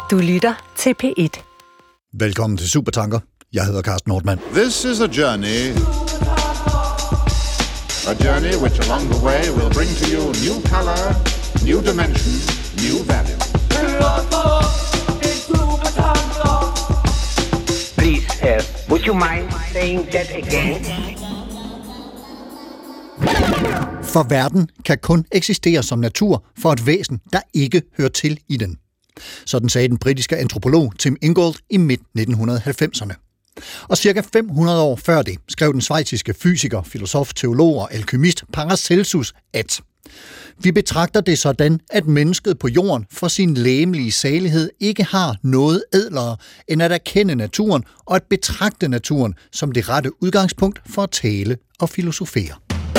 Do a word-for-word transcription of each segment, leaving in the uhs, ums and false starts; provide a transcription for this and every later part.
Du lytter til P et. Velkommen til Supertanker. Jeg hedder Carsten Nordmann. This is a journey. A journey which along the way will bring to you new color, new dimension, new value. Please, uh, would you mind saying that again? For verden kan kun eksistere som natur for et væsen, der ikke hører til i den. Sådan sagde den britiske antropolog Tim Ingold i midt nitten halvfemserne. Og cirka fem hundrede år før det skrev den schweiziske fysiker, filosof, teolog og alkymist Paracelsus, at vi betragter det sådan, at mennesket på jorden for sin legemlige salighed ikke har noget ædlere end at erkende naturen og at betragte naturen som det rette udgangspunkt for at tale og filosofere.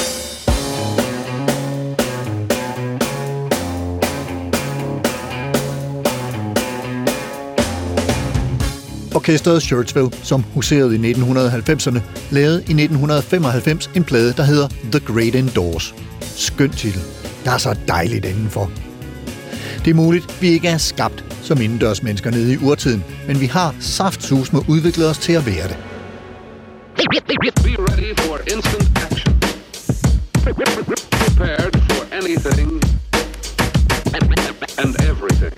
Orkestret Churchville, som huserede i nitten halvfemserne, lavede i nitten femoghalvfems en plade, der hedder The Great Indoors. Skøn titel. Der er så dejligt indenfor. Det er muligt, vi ikke er skabt som indendørs mennesker nede i urtiden, men vi har saftsus med udviklet os til at være det. Be ready for instant action. Prepared for anything and everything.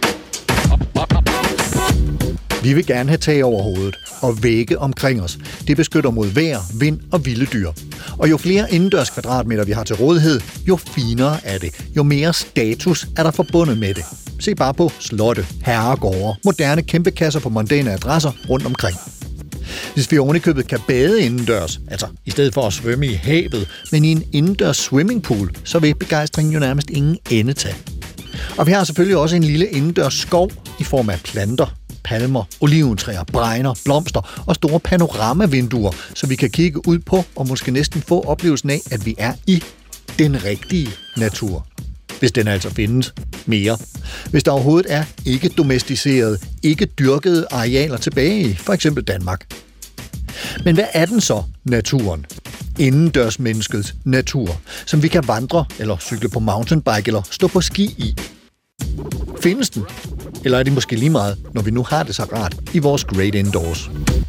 Vi vil gerne have tag over hovedet og vægge omkring os. Det beskytter mod vejr, vind og vilde dyr. Og jo flere indendørs kvadratmeter vi har til rådighed, jo finere er det. Jo mere status er der forbundet med det. Se bare på slotte, herregårde, moderne kæmpekasser på mondæne adresser rundt omkring. Hvis vi ovenikøbet kan bade indendørs, altså i stedet for at svømme i havet, men i en indendørs swimmingpool, så vil begejstringen jo nærmest ingen ende tage. Og vi har selvfølgelig også en lille indendørs skov i form af planter, palmer, oliventræer, bregner, blomster og store panoramavinduer, så vi kan kigge ud på og måske næsten få oplevelsen af, at vi er i den rigtige natur. Hvis den altså findes mere. Hvis der overhovedet er ikke domesticerede, ikke dyrkede arealer tilbage i for eksempel Danmark. Men hvad er den så, naturen? Indendørsmenneskets natur, som vi kan vandre eller cykle på mountainbike eller stå på ski i. Findes den? Eller er det måske lige meget, når vi nu har det så rart i vores Great Indoors?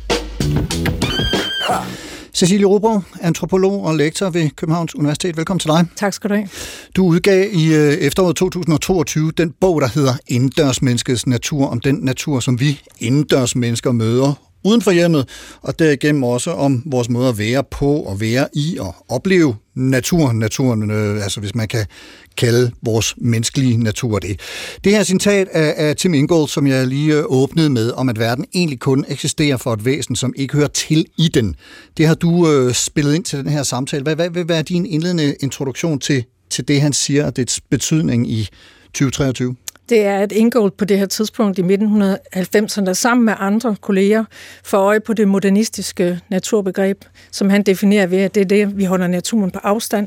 Cecilie Roborg, antropolog og lektor ved Københavns Universitet. Velkommen til dig. Tak skal du have. Du udgav i efteråret to tusind toogtyve den bog, der hedder Indendørsmenneskets natur, om den natur, som vi indendørsmennesker møder uden for hjemmet, og derigennem også om vores måde at være på og være i og opleve naturen, naturen øh, altså hvis man kan kalde vores menneskelige natur det. Det her citat af, af Tim Ingold, som jeg lige øh, åbnede med, om at verden egentlig kun eksisterer for et væsen, som ikke hører til i den. Det har du øh, spillet ind til den her samtale. Hvad, hvad vil være din indledende introduktion til, til det, han siger, og dets betydning i tyve treogtyve? Det er, at Ingold på det her tidspunkt i nitten halvfemserne sammen med andre kolleger får øje på det modernistiske naturbegreb, som han definerer ved, at det er det, vi holder naturen på afstand,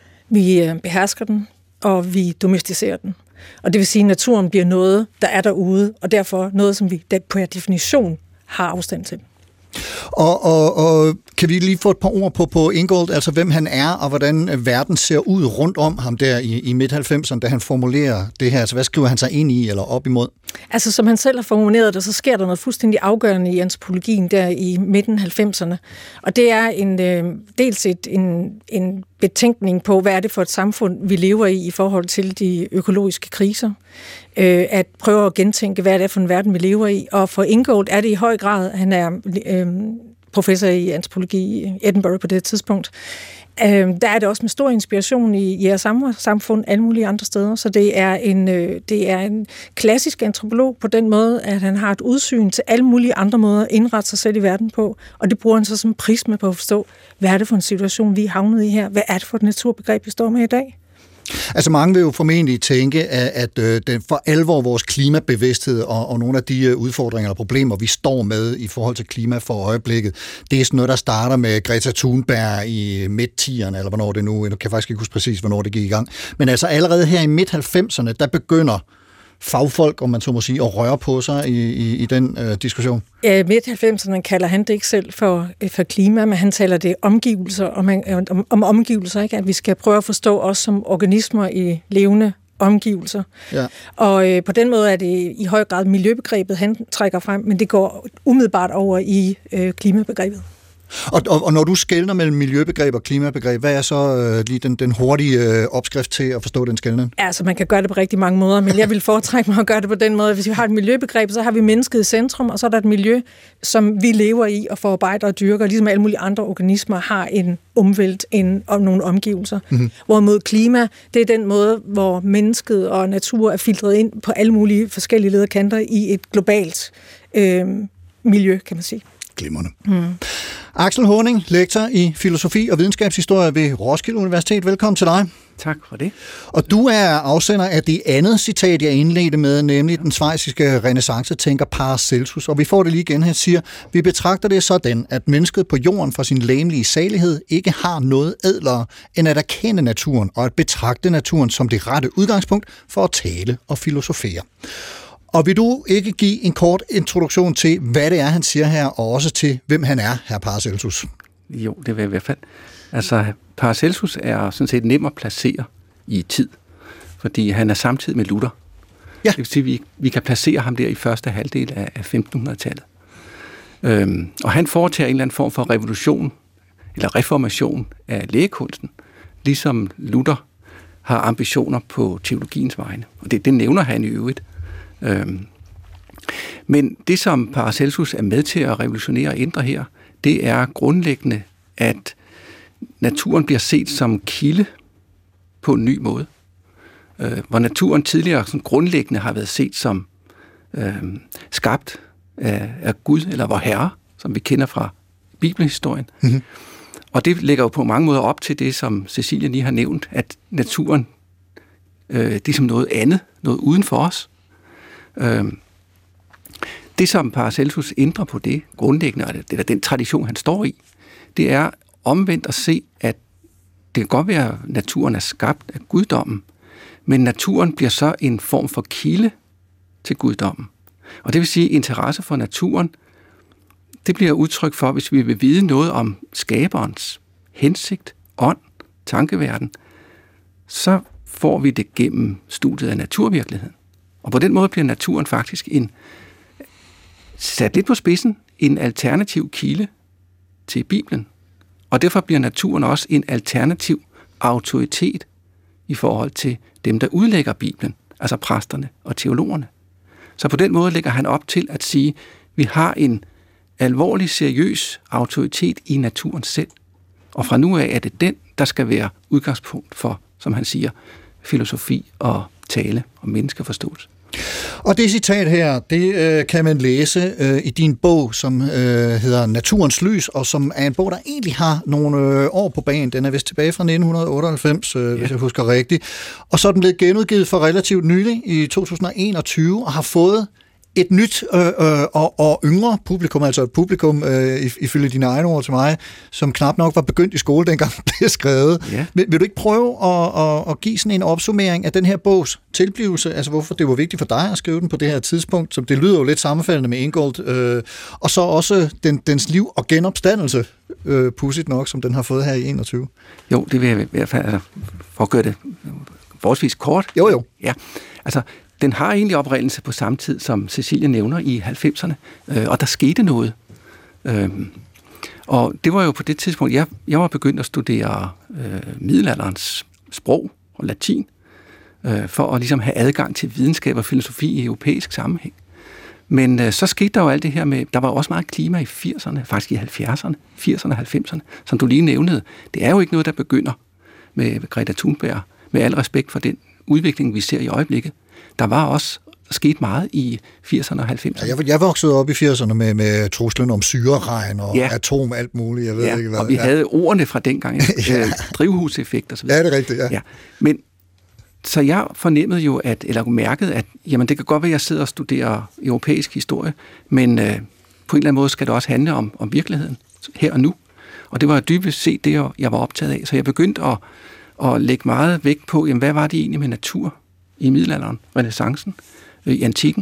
vi behersker den, og vi domesticerer den. Og det vil sige, at naturen bliver noget, der er derude, og derfor noget, som vi per definition har afstand til. Og, og, og kan vi lige få et par ord på, på Ingold, altså hvem han er, og hvordan verden ser ud rundt om ham der i, i midt halvfemserne, da han formulerer det her? Altså hvad skriver han sig ind i eller op imod? Altså som han selv har formuleret det, så sker der noget fuldstændig afgørende i antropologien der i midten halvfemserne. Og det er en, øh, dels et, en, en betænkning på, hvad er det for et samfund, vi lever i i forhold til de økologiske kriser. Øh, at prøve at gentænke, hvad er det for en verden, vi lever i. Og for Ingold er det i høj grad, han er øh, professor i antropologi i Edinburgh på det tidspunkt, øh, der er det også med stor inspiration i, i jeres samfund, alle mulige andre steder. Så det er, en, øh, det er en klassisk antropolog på den måde, at han har et udsyn til alle mulige andre måder at indrette sig selv i verden på. Og det bruger han så som prisme på at forstå, hvad er det for en situation, vi er havnet i her? Hvad er det for et naturbegreb, vi står med i dag? Altså mange vil jo formentlig tænke, at, at den for alvor vores klimabevidsthed og, og nogle af de udfordringer og problemer, vi står med i forhold til klima for øjeblikket, det er sådan noget, der starter med Greta Thunberg i midt-tierne, eller hvornår det nu, jeg kan faktisk ikke huske præcis, hvornår det gik i gang. Men altså allerede her i midt halvfemserne, der begynder fagfolk, om man så må sige, at røre på sig i, i, i den øh, diskussion? Ja, midt halvfemserne kalder han det ikke selv for, for klima, men han taler det omgivelser, om, om, om omgivelser, ikke? At vi skal prøve at forstå os som organismer i levende omgivelser. Ja. Og øh, på den måde er det i høj grad miljøbegrebet, han trækker frem, men det går umiddelbart over i øh, klimabegrebet. Og, og, og når du skelner mellem miljøbegreb og klimabegreb, hvad er så øh, lige den, den hurtige øh, opskrift til at forstå den skelnen? Altså, man kan gøre det på rigtig mange måder, men jeg vil foretrække mig at gøre det på den måde. Hvis vi har et miljøbegreb, så har vi mennesket i centrum, og så er der et miljø, som vi lever i og forarbejder og dyrker, ligesom alle mulige andre organismer har en omvælt en, om nogle omgivelser. Mm-hmm. Hvorimod klima, det er den måde, hvor mennesket og natur er filtreret ind på alle mulige forskellige lederkanter i et globalt øh, miljø, kan man sige. Glimrende. Mm. Axel Horning, lektor i filosofi og videnskabshistorie ved Roskilde Universitet. Velkommen til dig. Tak for det. Og du er afsender af det andet citat, jeg indledte med, nemlig den schweiziske renæssancetænker Paracelsus. Og vi får det lige igen. Han siger, vi betragter det sådan, at mennesket på jorden fra sin legemlige salighed ikke har noget ædlere end at erkende naturen og at betragte naturen som det rette udgangspunkt for at tale og filosofere. Og vil du ikke give en kort introduktion til, hvad det er, han siger her, og også til, hvem han er, herr Paracelsus? Jo, det vil jeg i hvert fald. Altså, Paracelsus er sådan set nem at placere i tid, fordi han er samtidig med Luther. Ja. Det vil sige, at vi, vi kan placere ham der i første halvdel af femtenhundredetallet. Øhm, og han foretager en eller anden form for revolution, eller reformation af lægekunsten, ligesom Luther har ambitioner på teologiens vegne. Og det, det nævner han i øvrigt. Øhm. Men det, som Paracelsus er med til at revolutionere og ændre her, det er grundlæggende, at naturen bliver set som kilde på en ny måde. Øh, hvor naturen tidligere sådan grundlæggende har været set som øh, skabt af, af Gud, eller vor Herre, som vi kender fra bibelhistorien. Mm-hmm. Og det lægger jo på mange måder op til det, som Cecilie lige har nævnt, at naturen øh, det er som noget andet, noget uden for os. Det, som Paracelsus ændrer på det grundlæggende, eller den tradition, han står i, det er omvendt at se, at det kan godt være, at naturen er skabt af guddommen, men naturen bliver så en form for kilde til guddommen. Og det vil sige, at interesse for naturen, det bliver udtryk for, hvis vi vil vide noget om skaberens hensigt, ånd, tankeverden, så får vi det gennem studiet af naturvirkeligheden. Og på den måde bliver naturen faktisk en, sat lidt på spidsen, en alternativ kilde til Bibelen. Og derfor bliver naturen også en alternativ autoritet i forhold til dem, der udlægger Bibelen, altså præsterne og teologerne. Så på den måde lægger han op til at sige, at vi har en alvorlig, seriøs autoritet i naturen selv. Og fra nu af er det den, der skal være udgangspunkt for, som han siger, filosofi og tale og menneskeforståelse. Og det citat her, det øh, kan man læse øh, i din bog, som øh, hedder Naturens Lys, og som er en bog, der egentlig har nogle øh, år på banen. Den er vist tilbage fra nitten otteoghalvfems, øh, ja. Hvis jeg husker rigtigt. Og så er den blevet genudgivet for relativt nylig i to tusind og enogtyve, og har fået et nyt øh, øh, og, og yngre publikum, altså et publikum, øh, ifølge dine egne ord til mig, som knap nok var begyndt i skole, dengang det blev skrevet. Ja. Vil, vil du ikke prøve at, at, at give sådan en opsummering af den her bogs tilblivelse, altså hvorfor det var vigtigt for dig at skrive den på det her tidspunkt, som det lyder jo lidt sammenfaldende med Ingold, øh, og så også den, dens liv og genopstandelse, øh, pudsigt nok, som den har fået her i enogtyve? Jo, det vil jeg i hvert fald, altså, for at gøre det forholdsvis kort. Jo, jo. Ja, altså, den har egentlig oprindelse på samme tid, som Cecilie nævner, i halvfemserne, øh, og der skete noget. Øh, og det var jo på det tidspunkt, jeg, jeg var begyndt at studere øh, middelalderens sprog og latin, øh, for at ligesom have adgang til videnskab og filosofi i europæisk sammenhæng. Men øh, så skete der jo alt det her med, der var også meget klima i firserne, faktisk i halvfjerdserne, firserne og halvfemserne, som du lige nævnede. Det er jo ikke noget, der begynder med Greta Thunberg, med al respekt for den udvikling, vi ser i øjeblikket. Der var også sket meget i firserne og halvfemserne. Ja, jeg, jeg voksede op i firserne med, med truslen om syreregn og ja. atom, alt muligt. Jeg ved ja, ikke, hvad. Og vi ja. havde ordene fra dengang, ja. øh, drivhuseffekt og så videre. Ja, det er rigtigt, ja. ja. Men så jeg fornemmede jo, at, eller mærkede, at jamen, det kan godt være, at jeg sidder og studerer europæisk historie, men øh, på en eller anden måde skal det også handle om, om virkeligheden, her og nu. Og det var dybest set det, jeg var optaget af. Så jeg begyndte at, at lægge meget vægt på, jamen, hvad var det egentlig med natur i middelalderen, renæssancen, øh, i antikken.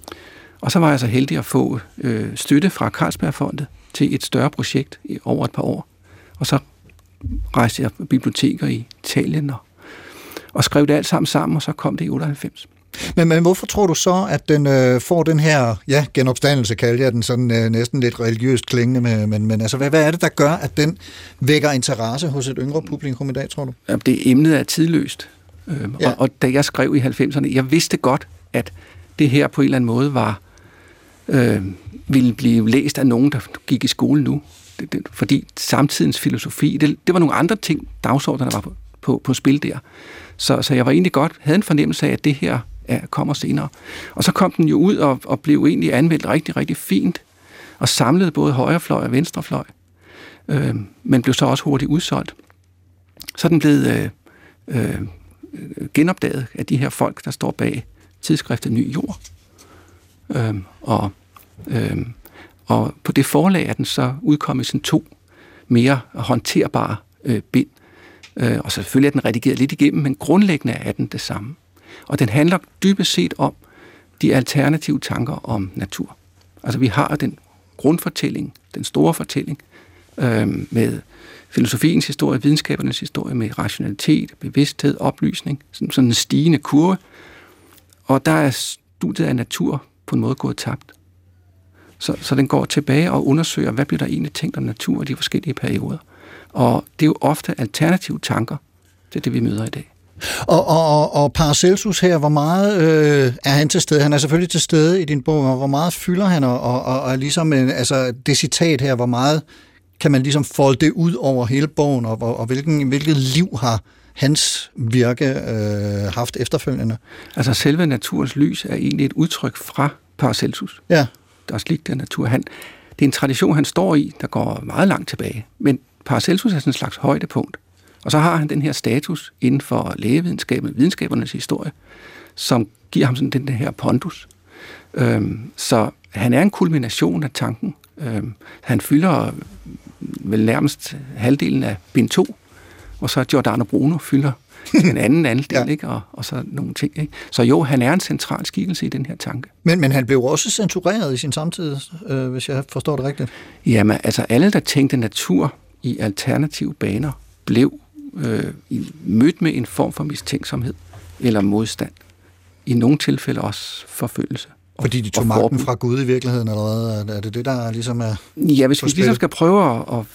Og så var jeg så heldig at få øh, støtte fra Carlsbergfondet til et større projekt i, over et par år. Og så rejste jeg biblioteker i Italien og, og skrev det alt sammen sammen, og så kom det i otteoghalvfems. Men, men hvorfor tror du så, at den øh, får den her ja, genopstandelse, kalder jeg den sådan øh, næsten lidt religiøst klingende, med, men, men altså, hvad, hvad er det, der gør, at den vækker interesse hos et yngre publikum i dag, tror du? Ja, det emnet er tidløst. Øh, ja. og, og da jeg skrev i halvfemserne, jeg vidste godt, at det her på en eller anden måde var øh, ville blive læst af nogen, der gik i skole nu. Det, det, fordi samtidens filosofi, det, det var nogle andre ting, dagsordnerne var på, på, på spil der. Så, så jeg var egentlig godt, havde en fornemmelse af, at det her ja, kommer senere. Og så kom den jo ud og, og blev egentlig anvendt rigtig, rigtig fint, og samlede både højrefløj og venstrefløj, øh, men blev så også hurtigt udsolgt. Så er den blevet øh, øh, genopdaget af de her folk, der står bag tidsskriftet Ny Jord. Øh, og, øh, og på det forlag er den så udkommet sådan to mere håndterbare øh, bind. Øh, og selvfølgelig er den redigeret lidt igennem, men grundlæggende er den det samme. Og den handler dybest set om de alternative tanker om natur. Altså vi har den grundfortælling, den store fortælling, øh, med filosofiens historie, videnskabernes historie, med rationalitet, bevidsthed, oplysning, sådan, sådan en stigende kurve. Og der er studiet af natur på en måde gået tabt. Så, så den går tilbage og undersøger, hvad bliver der egentlig tænkt om natur i de forskellige perioder. Og det er jo ofte alternative tanker til det, vi møder i dag. Og, og, og Paracelsus her, hvor meget øh, er han til stede? Han er selvfølgelig til stede i din bog, og hvor meget fylder han? Og, og, og ligesom, altså, det citat her, hvor meget kan man ligesom folde det ud over hele bogen, og, og, og hvilken, hvilket liv har hans virke øh, haft efterfølgende? Altså selve naturens lys er egentlig et udtryk fra Paracelsus. Ja. Der er slik der natur. Han, det er en tradition, han står i, der går meget langt tilbage. Men Paracelsus er sådan en slags højdepunkt. Og så har han den her status inden for lægevidenskaben, videnskabernes historie, som giver ham sådan den her pondus. Øhm, så han er en kulmination af tanken. Øhm, han fylder vel nærmest halvdelen af bind to, og så Giordano Bruno fylder en anden andel, ja. ikke? Og, og så nogle ting. Ikke? Så jo, han er en central skikkelse i den her tanke. Men, men han blev også censureret i sin samtid, øh, hvis jeg forstår det rigtigt. Jamen, altså alle, der tænkte natur i alternative baner, blev øh, mødt med en form for mistænksomhed eller modstand. I nogle tilfælde også forfølgelse. Fordi de tog magten fra Gud i virkeligheden, eller hvad? Er det det, der ligesom er... Ja, hvis vi ligesom skal prøve at, at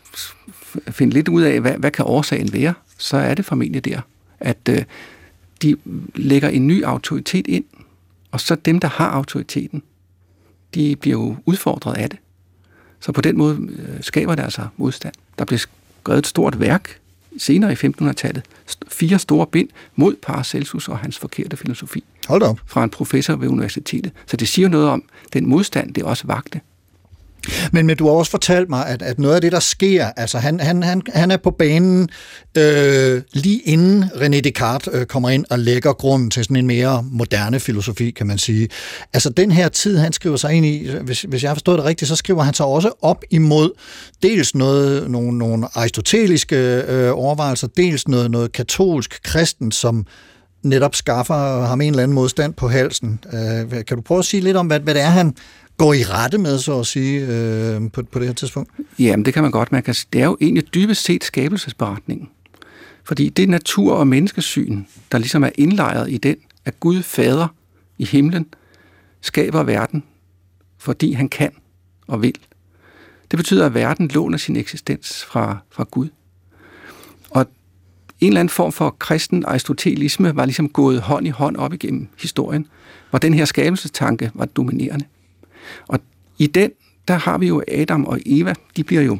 finde lidt ud af, hvad, hvad kan årsagen være, så er det formentlig der, at øh, de lægger en ny autoritet ind, og så dem, der har autoriteten, de bliver jo udfordret af det. Så på den måde øh, skaber det altså modstand. Der blev skrevet et stort værk senere i femtenhundredetallet, fire store bind mod Paracelsus og hans forkerte filosofi. Hold da op. Fra en professor ved universitetet. Så det siger noget om den modstand, det også vagte. Men, men du har også fortalt mig, at, at noget af det, der sker, altså han, han, han, han er på banen øh, lige inden René Descartes øh, kommer ind og lægger grunden til sådan en mere moderne filosofi, kan man sige. Altså den her tid, han skriver sig ind i, hvis, hvis jeg har forstået det rigtigt, så skriver han sig også op imod dels noget, nogle, nogle aristoteliske øh, overvejelser, dels noget, noget katolsk kristen, som netop skaffer ham en eller anden modstand på halsen. Øh, kan du prøve at sige lidt om, hvad, hvad det er, han går i rette med, så at sige, øh, på, på det her tidspunkt? Jamen, det kan man godt. Man kan, det er jo egentlig dybest set skabelsesberetningen. Fordi det natur- og menneskesyn, der ligesom er indlejret i den, at Gud fader i himlen skaber verden, fordi han kan og vil. Det betyder, at verden låner sin eksistens fra, fra Gud. Og en eller anden form for kristen aristotelisme var ligesom gået hånd i hånd op igennem historien, hvor den her skabelsestanke var dominerende. Og i den, der har vi jo Adam og Eva, de bliver jo,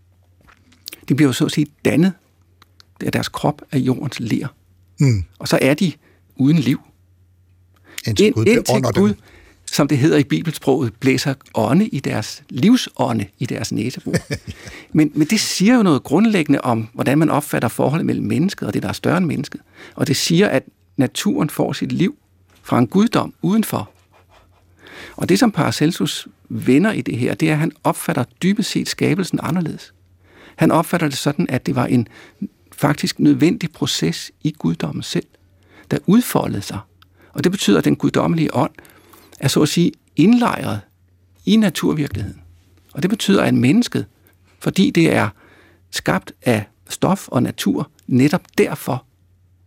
de bliver jo så at sige dannet af deres krop af jordens ler. Mm. Og så er de uden liv. Indtil Gud, Ind, indtil Gud som det hedder i bibelsproget, blæser ånde i deres livsånde i deres næsebor. men, men det siger jo noget grundlæggende om, hvordan man opfatter forholdet mellem mennesket og det, der er større end mennesket. Og det siger, at naturen får sit liv fra en guddom udenfor. Og det, som Paracelsus vender i det her, det er, at han opfatter dybest set skabelsen anderledes. Han opfatter det sådan, at det var en faktisk nødvendig proces i guddommen selv, der udfoldede sig. Og det betyder, at den guddommelige ånd er så at sige indlejret i naturvirkeligheden. Og det betyder, at mennesket, fordi det er skabt af stof og natur, netop derfor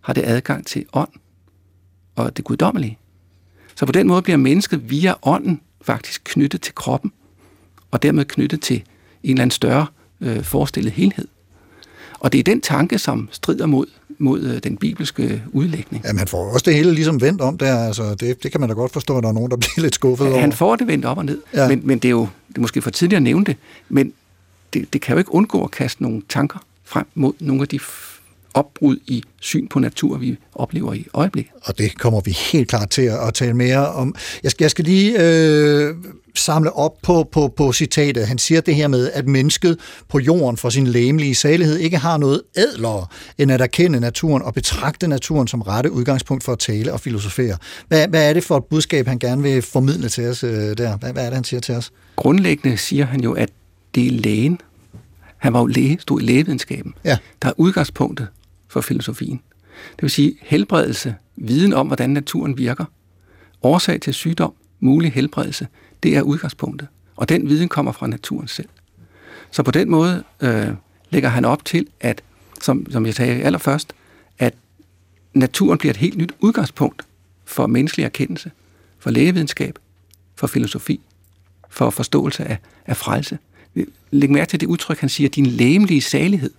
har det adgang til ånd og det guddommelige. Så på den måde bliver mennesket via ånden faktisk knyttet til kroppen, og dermed knyttet til en eller anden større øh, forestillet helhed. Og det er den tanke, som strider mod, mod øh, den bibelske udlægning. Ja, man får også det hele ligesom vendt om der. Altså, det, det kan man da godt forstå, at der er nogen, der bliver lidt skuffet over. Han får det vendt op og ned, ja. men, men det er jo det er måske for tidligt at nævne det, men det, det kan jo ikke undgå at kaste nogle tanker frem mod nogle af de opbrud i syn på natur, vi oplever i øjeblikket. Og det kommer vi helt klart til at, at tale mere om. Jeg skal, jeg skal lige øh, samle op på, på, på citatet. Han siger det her med, at mennesket på jorden for sin legemlige salighed ikke har noget ædlere end at erkende naturen og betragte naturen som rette udgangspunkt for at tale og filosofere. Hvad, hvad er det for et budskab, han gerne vil formidle til os øh, der? Hvad, hvad er det, han siger til os? Grundlæggende siger han jo, at det er lægen. Han var jo læge, stod i lægevidenskaben. Ja. Der er udgangspunktet for filosofien. Det vil sige helbredelse, viden om, hvordan naturen virker, årsag til sygdom, mulig helbredelse, det er udgangspunktet. Og den viden kommer fra naturen selv. Så på den måde øh, lægger han op til, at, som, som jeg sagde allerførst, at naturen bliver et helt nyt udgangspunkt for menneskelig erkendelse, for lægevidenskab, for filosofi, for forståelse af, af frelse. Læg mærke til det udtryk, han siger, din legemlige salighed.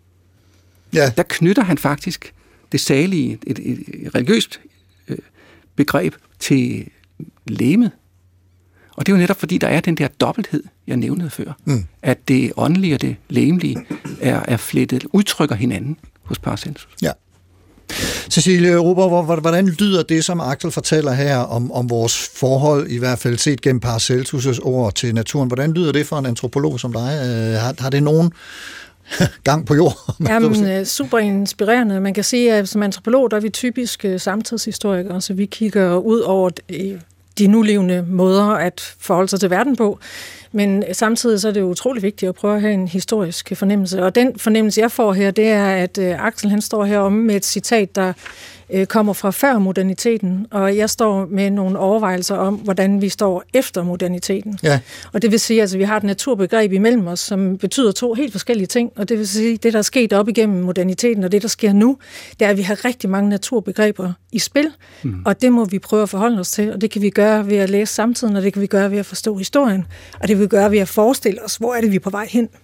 Ja. Der knytter han faktisk det salige, et, et, et religiøst øh, begreb til legemet. Og det er jo netop fordi, der er den der dobbelthed, jeg nævnede før, mm. at det åndelige og det legemlige er, er flettet, udtrykker hinanden hos Paracelsus. Ja. Cecilie Ruber, hvordan lyder det, som Axel fortæller her om, om vores forhold, i hvert fald set gennem Paracelsus' ord til naturen? Hvordan lyder det for en antropolog som dig? Har, har det nogen gang på jord? Jamen, super inspirerende. Man kan sige, at som antropolog, der er vi typisk samtidshistorikere, så vi kigger ud over de nulevende måder at forholde sig til verden på. Men samtidig så er det jo utrolig vigtigt at prøve at have en historisk fornemmelse. Og den fornemmelse, jeg får her, det er, at Axel han står heromme med et citat, der kommer fra før moderniteten, og jeg står med nogle overvejelser om, hvordan vi står efter moderniteten. Ja. Og det vil sige, at altså, vi har et naturbegreb imellem os, som betyder to helt forskellige ting, og det vil sige, at det, der er sket op igennem moderniteten, og det, der sker nu, det er, at vi har rigtig mange naturbegreber i spil, mm. og det må vi prøve at forholde os til, og det kan vi gøre ved at læse samtiden, og det kan vi gøre ved at forstå historien, og det kan vi gøre ved at forestille os, hvor er det, vi er på vej hen.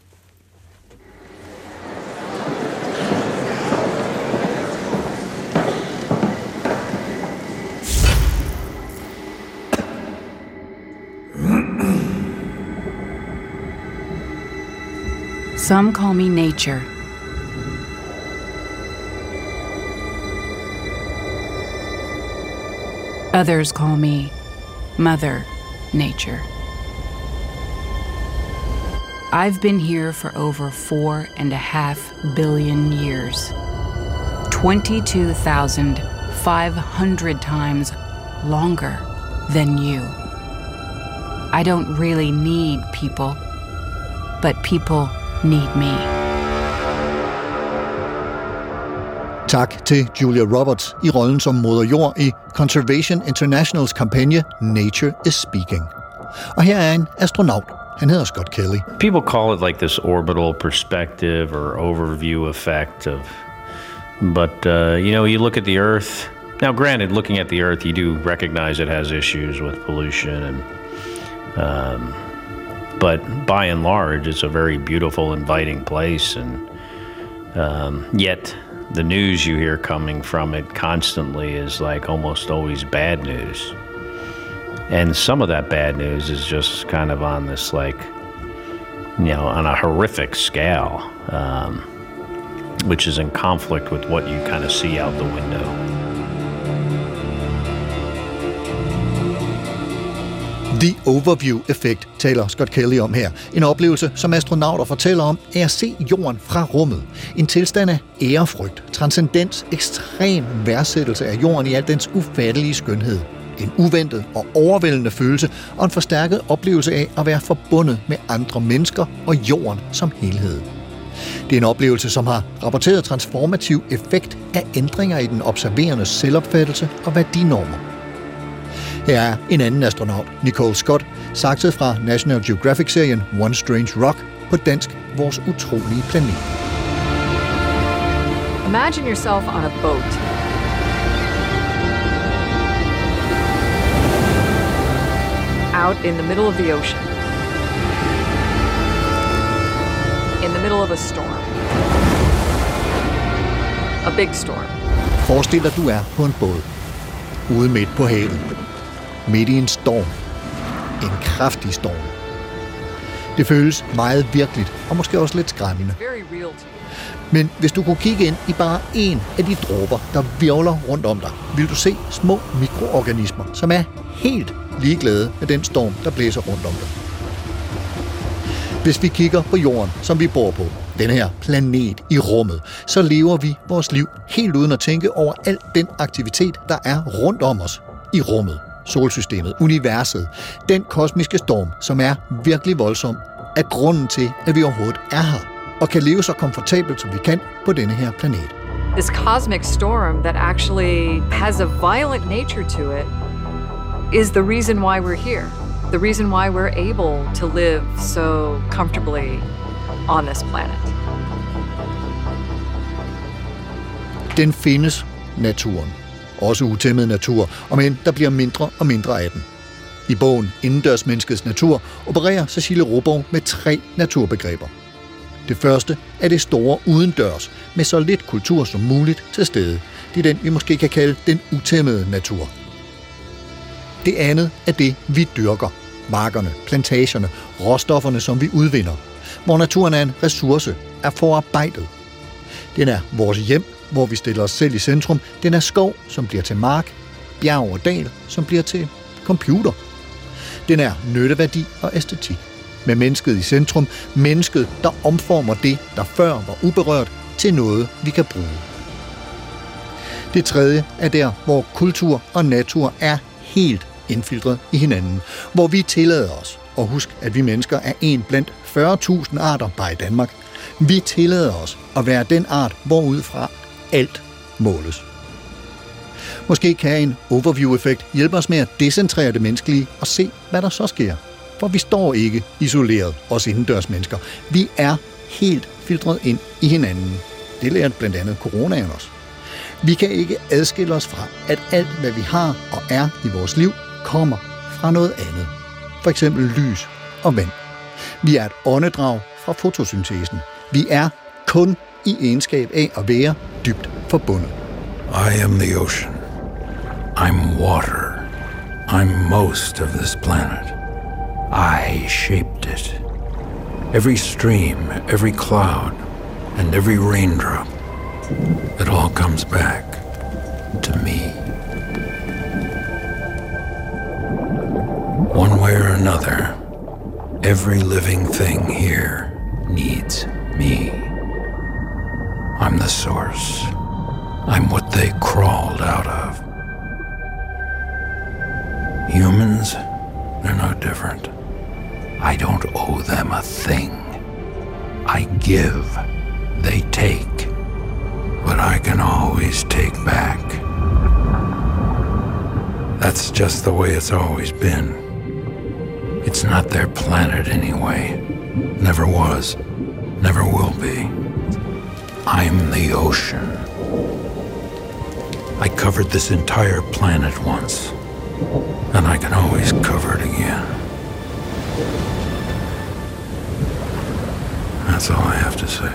Some call me nature. Others call me Mother Nature. I've been here for over four and a half billion years. twenty-two thousand five hundred times longer than you. I don't really need people, but people need me. Tak til Julia Roberts i rollen som Moder Jord i Conservation Internationals kampagne Nature is Speaking. Og her er en astronaut. Han hedder Scott Kelly. People call it like this orbital perspective or overview effect of, but uh, you know, you look at the Earth. Now, granted, looking at the Earth, you do recognize it has issues with pollution and um, but by and large, it's a very beautiful, inviting place, and um, yet the news you hear coming from it constantly is like almost always bad news. And some of that bad news is just kind of on this, like, you know, on a horrific scale, um, which is in conflict with what you kind of see out the window. The Overview-effekt taler Scott Kelly om her. En oplevelse, som astronauter fortæller om, er at se jorden fra rummet. En tilstand af ærefrygt, transcendens, ekstrem værdsættelse af jorden i al dens ufattelige skønhed. En uventet og overvældende følelse og en forstærket oplevelse af at være forbundet med andre mennesker og jorden som helhed. Det er en oplevelse, som har rapporteret transformativ effekt af ændringer i den observerende selvopfattelse og værdinormer. Her er en anden astronaut, Nicole Scott, sakset fra National Geographic-serien One Strange Rock, på dansk Vores utrolige planet. Imagine yourself on a boat out in the middle of the ocean, in the middle of a storm, a big storm. Forestil dig, du er på en båd, ude midt på havet, midt i en storm, en kraftig storm. Det føles meget virkeligt, og måske også lidt skræmmende. Men hvis du kunne kigge ind i bare en af de dråber, der virvler rundt om dig, vil du se små mikroorganismer, som er helt ligeglade med den storm, der blæser rundt om dig. Hvis vi kigger på jorden, som vi bor på, den her planet i rummet, så lever vi vores liv helt uden at tænke over al den aktivitet, der er rundt om os i rummet. Solsystemet, universet, den kosmiske storm, som er virkelig voldsom, er grunden til, at vi overhovedet er her og kan leve så komfortabelt, som vi kan på denne her planet. This cosmic storm that actually has a violent nature to it is the reason why we're here. The reason why we're able to live so comfortably on this planet. Den findes, naturen. Også utæmmet natur, og men der bliver mindre og mindre af den. I bogen Indendørsmenneskets natur opererer Cecilie Roborg med tre naturbegreber. Det første er det store udendørs, med så lidt kultur som muligt til stede. Det er den, vi måske kan kalde den utæmmede natur. Det andet er det, vi dyrker. Markerne, plantagerne, råstofferne, som vi udvinder. Hvor naturen er en ressource, er forarbejdet. Den er vores hjem, hvor vi stiller os selv i centrum. Den er skov, som bliver til mark, bjerg og dal, som bliver til computer. Den er nytteværdi og æstetik. Med mennesket i centrum, mennesket, der omformer det, der før var uberørt, til noget, vi kan bruge. Det tredje er der, hvor kultur og natur er helt indfiltret i hinanden. Hvor vi tillader os, og husk, at vi mennesker er en blandt fyrre tusind arter bare i Danmark. Vi tillader os at være den art, hvorudfra alt måles. Måske kan en overview-effekt hjælpe os med at decentrere det menneskelige og se, hvad der så sker. For vi står ikke isoleret, os indendørs mennesker. Vi er helt filtreret ind i hinanden. Det lærte blandt andet coronaen os. Vi kan ikke adskille os fra, at alt, hvad vi har og er i vores liv, kommer fra noget andet. For eksempel lys og vand. Vi er et åndedrag fra fotosyntesen. Vi er kun i egenskab af at være dybt forbundet. I am the ocean. I'm water. I'm most of this planet. I shaped it. Every stream, every cloud, and every raindrop, it all comes back to me. One way or another, every living thing here needs me. I'm the source. I'm what they crawled out of. Humans, they're no different. I don't owe them a thing. I give, they take, but I can always take back. That's just the way it's always been. It's not their planet anyway. Never was, never will be. I'm the ocean. I covered this entire planet once, and I can always cover it again. That's all I have to say.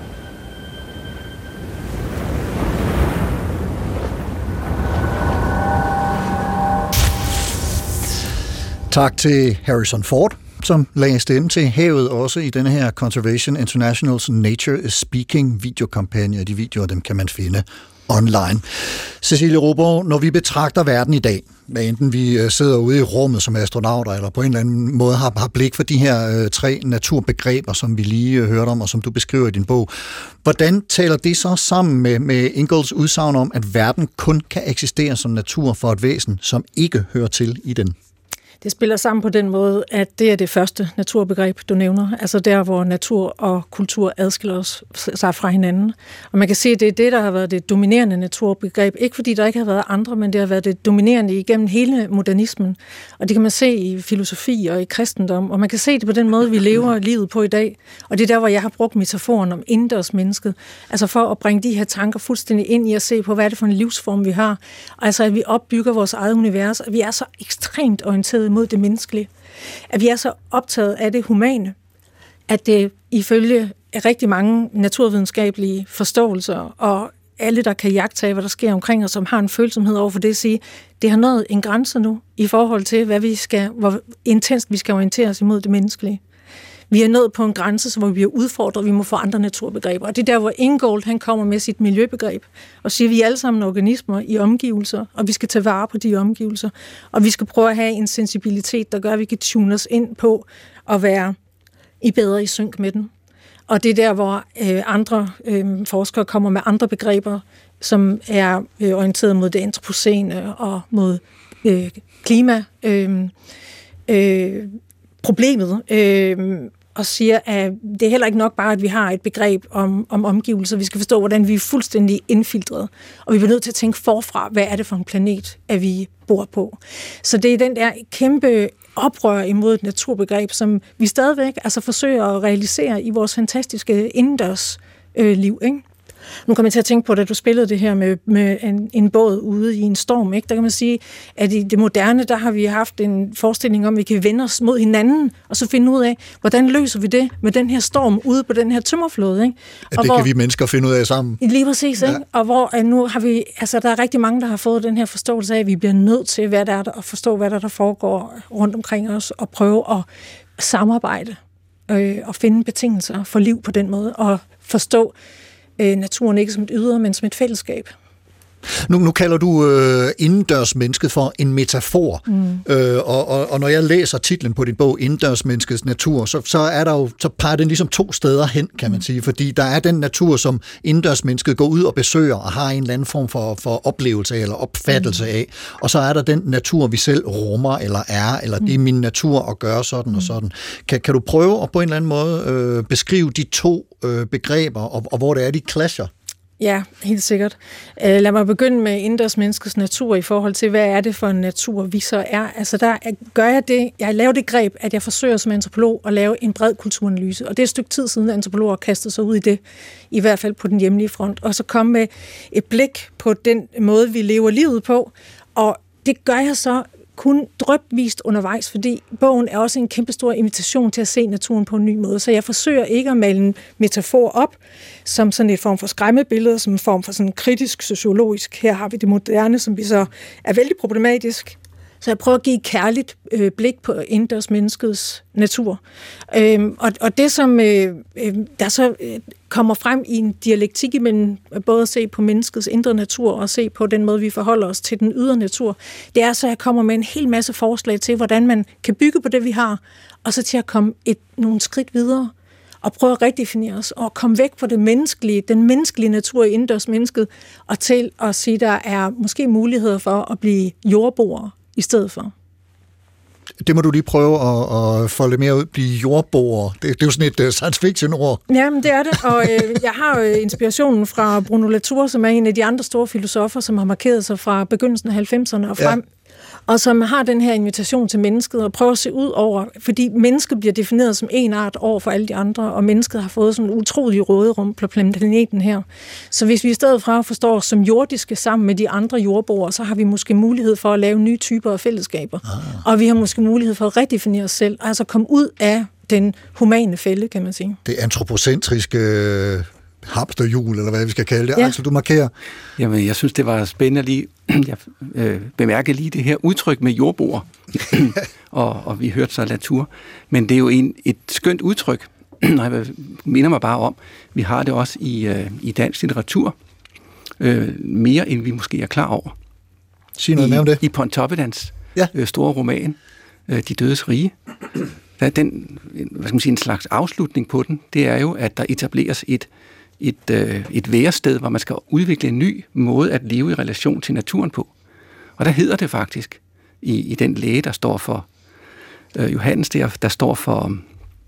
Tak til Harrison Ford, som lagde stemme til havet også i denne her Conservation International's Nature is Speaking videokampagne. De videoer, dem kan man finde online. Cecilie Roborg, når vi betragter verden i dag, hvad enten vi sidder ude i rummet som astronauter, eller på en eller anden måde har, har blik for de her øh, tre naturbegreber, som vi lige øh, hørte om, og som du beskriver i din bog, hvordan taler det så sammen med, med Ingalls udsagn om, at verden kun kan eksistere som natur for et væsen, som ikke hører til i den? Det spiller sammen på den måde, at det er det første naturbegreb, du nævner. Altså der, hvor natur og kultur adskiller sig fra hinanden. Og man kan se, at det er det, der har været det dominerende naturbegreb. Ikke fordi der ikke har været andre, men det har været det dominerende igennem hele modernismen. Og det kan man se i filosofi og i kristendom. Og man kan se det på den måde, vi lever livet på i dag. Og det er der, hvor jeg har brugt metaforen om indendørsmennesket. Altså for at bringe de her tanker fuldstændig ind i at se på, hvad er det for en livsform, vi har. Altså at vi opbygger vores eget univers. Og vi er så ekstremt orienteret indrettet mod det menneskelige. At vi er så optaget af det humane, at det ifølge rigtig mange naturvidenskabelige forståelser og alle, der kan jagtage, hvad der sker omkring os, som har en følsomhed over for det, at sige, det har nået en grænse nu i forhold til, hvad vi skal, hvor intenst vi skal orientere os imod det menneskelige. Vi er nået på en grænse, hvor vi bliver udfordret, vi må få andre naturbegreber. Og det er der, hvor Ingold han kommer med sit miljøbegreb og siger, at vi er alle sammen organismer i omgivelser, og vi skal tage vare på de omgivelser. Og vi skal prøve at have en sensibilitet, der gør, at vi kan tune os ind på at være i bedre i synk med den. Og det er der, hvor øh, andre øh, forskere kommer med andre begreber, som er øh, orienteret mod det antropocene og mod øh, klima. Øh, øh, problemet, øh, og siger, at det er heller ikke nok bare, at vi har et begreb om, om omgivelser. Vi skal forstå, hvordan vi er fuldstændig indfiltreret, og vi bliver nødt til at tænke forfra, hvad er det for en planet, at vi bor på. Så det er den der kæmpe oprør imod et naturbegreb, som vi stadigvæk altså forsøger at realisere i vores fantastiske indendørs øh, liv, ikke? Nu kommer jeg til at tænke på, da du spillede det her med, med en, en båd ude i en storm, ikke? Der kan man sige, at i det moderne, der har vi haft en forestilling om, at vi kan vende os mod hinanden, og så finde ud af, hvordan løser vi det med den her storm ude på den her tømmerflåde, ikke? At og det hvor, kan vi mennesker finde ud af sammen. Lige præcis, ja. Ikke? Og hvor nu har vi, altså der er rigtig mange, der har fået den her forståelse af, at vi bliver nødt til, hvad der er, at forstå, hvad der, der foregår rundt omkring os, og prøve at samarbejde øh, og finde betingelser for liv på den måde, og forstå naturen ikke som et ydre, men som et fællesskab. Nu, nu kalder du øh, indendørsmennesket for en metafor, mm. øh, og, og, og når jeg læser titlen på din bog, Indendørsmenneskets natur, så, så, er der jo, så peger den ligesom to steder hen, kan man sige, fordi der er den natur, som indendørsmennesket går ud og besøger og har en eller anden form for, for oplevelse eller opfattelse mm. af, og så er der den natur, vi selv rummer eller er, eller det er min natur at gøre sådan og sådan. Kan, kan du prøve at på en eller anden måde øh, beskrive de to øh, begreber, og, og hvor det er, de clasher? Ja, helt sikkert. Lad mig begynde med indendørsmenneskets natur i forhold til, hvad er det for en natur, vi så er. Altså der gør jeg det, jeg laver det greb, at jeg forsøger som antropolog at lave en bred kulturanalyse, og det er et stykke tid siden, at antropologer kastede sig ud i det, i hvert fald på den hjemlige front, og så komme med et blik på den måde, vi lever livet på, og det gør jeg så kun drypvist undervejs, fordi bogen er også en kæmpestor invitation til at se naturen på en ny måde. Så jeg forsøger ikke at male en metafor op som sådan et form for skræmmebillede, som en form for sådan kritisk, sociologisk. Her har vi det moderne, som vi så er vældig problematisk. Så jeg prøver at give et kærligt øh, blik på indendørsmenneskets natur. Øhm, og, og det, som øh, øh, der så øh, kommer frem i en dialektik imellem både at se på menneskets indre natur og se på den måde, vi forholder os til den ydre natur, det er så, at jeg kommer med en hel masse forslag til, hvordan man kan bygge på det, vi har, og så til at komme et, nogle skridt videre og prøve at redefinere os, og komme væk fra det menneskelige, den menneskelige natur i indendørsmennesket, og til at sige, at der er måske muligheder for at blive jordboere i stedet for. Det må du lige prøve at, at folde mere ud, blive jordboer. Det, det er jo sådan et uh, science fiction-ord. Jamen, det er det, og øh, jeg har øh, inspirationen fra Bruno Latour, som er en af de andre store filosofer, som har markeret sig fra begyndelsen af halvfemserne og frem, ja. Og som har den her invitation til mennesket og prøver at se ud over, fordi mennesket bliver defineret som en art over for alle de andre, og mennesket har fået sådan en utrolig råderum på planeten her. Så hvis vi i stedet fra forstår os som jordiske sammen med de andre jordboere, så har vi måske mulighed for at lave nye typer af fællesskaber. Ah. Og vi har måske mulighed for at redefinere os selv, altså komme ud af den humane fælde, kan man sige. Det antropocentriske hamsterhjul, eller hvad vi skal kalde det. Ja. Axel, du markerer. Jamen, jeg synes, det var spændende lige. Jeg øh, bemærker lige det her udtryk med jordboer, og, og vi hørte så Latour. Men det er jo en, et skønt udtryk, og jeg minder mig bare om, vi har det også i, øh, i dansk litteratur, øh, mere end vi måske er klar over. Sig noget mere om det. I Pontoppidans ja. øh, store roman, øh, De dødes rige, der er den, hvad skal man sige, en slags afslutning på den, det er jo, at der etableres et et, øh, et værested, hvor man skal udvikle en ny måde at leve i relation til naturen på. Og der hedder det faktisk, i, i den læge, der står for, øh, Johannes der, der står for,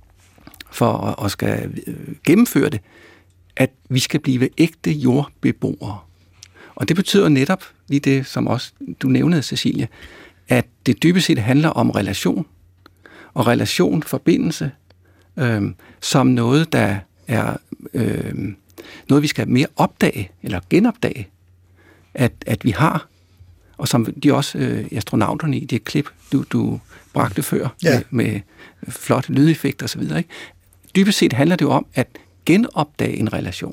for at, at skal øh, gennemføre det, at vi skal blive ægte jordbeboere. Og det betyder netop lige det, som også du nævnede, Cecilie, at det dybest set handler om relation, og relation, forbindelse, øh, som noget, der er øh, noget, vi skal mere opdage, eller genopdage, at, at vi har. og som de også øh, astronauterne i det klip, du, du bragte før, ja. med, med flotte lydeffekter osv. Ikke? Dybest set handler det jo om at genopdage en relation.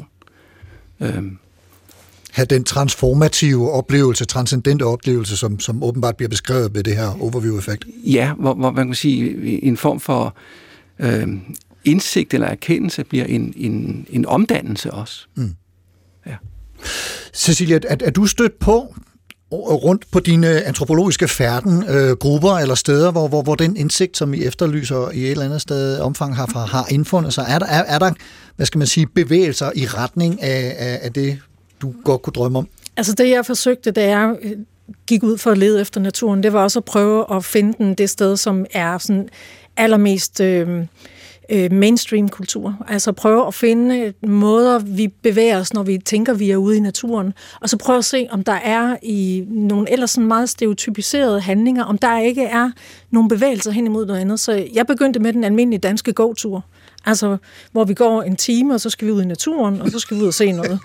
Øhm. Have den transformative oplevelse, transcendente oplevelse, som, som åbenbart bliver beskrevet ved det her overview-effekt. Ja, hvor, hvor man kan sige, en form for øh, indsigt eller erkendelse bliver en, en, en omdannelse også. Mm. Ja. Cecilia, er, er du stødt på rundt på dine antropologiske færden, øh, grupper eller steder, hvor, hvor, hvor den indsigt, som I efterlyser i et eller andet sted omfang har, har indfundet sig? Er der, er, er der, hvad skal man sige, bevægelser i retning af, af, af det, du godt kunne drømme om? Altså det, jeg forsøgte, da jeg gik ud for at lede efter naturen, det var også at prøve at finde den det sted, som er sådan allermest øh, øh, mainstream-kultur. Altså prøve at finde måder, vi bevæger os, når vi tænker, vi er ude i naturen. Og så prøve at se, om der er i nogle ellers sådan meget stereotypiserede handlinger, om der ikke er nogle bevægelser hen imod noget andet. Så jeg begyndte med den almindelige danske gåtur. Altså, hvor vi går en time, og så skal vi ud i naturen, og så skal vi ud og se noget.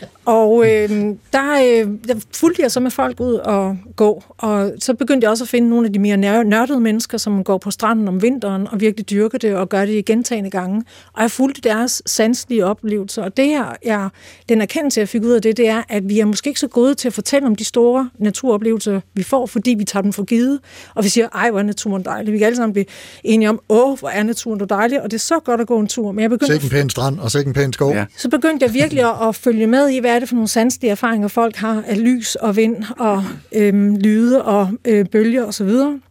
Og øh, der, øh, der fulgte jeg så med folk ud og gå, og så begyndte jeg også at finde nogle af de mere nørdede mennesker, som går på stranden om vinteren, og virkelig dyrker det, og gør det gentagne gange. Og jeg fulgte deres sanselige oplevelser, og det her, jeg, den erkendelse, jeg fik ud af det, det er, at vi er måske ikke så gode til at fortælle om de store naturoplevelser, vi får, fordi vi tager dem for givet, og vi siger, ej, hvor er naturen dejlig. Vi kan alle sammen blive enige om, åh, hvor er naturen dejlig, og det er så godt at gå en tur. Men jeg begyndte sikke en pæn strand og sikke en pæn skov. Ja. Så begyndte jeg virkelig at, at følge med i, hvad er det for nogle sanselige erfaringer, folk har af lys og vind og øhm, lyde og øh, bølger og så videre.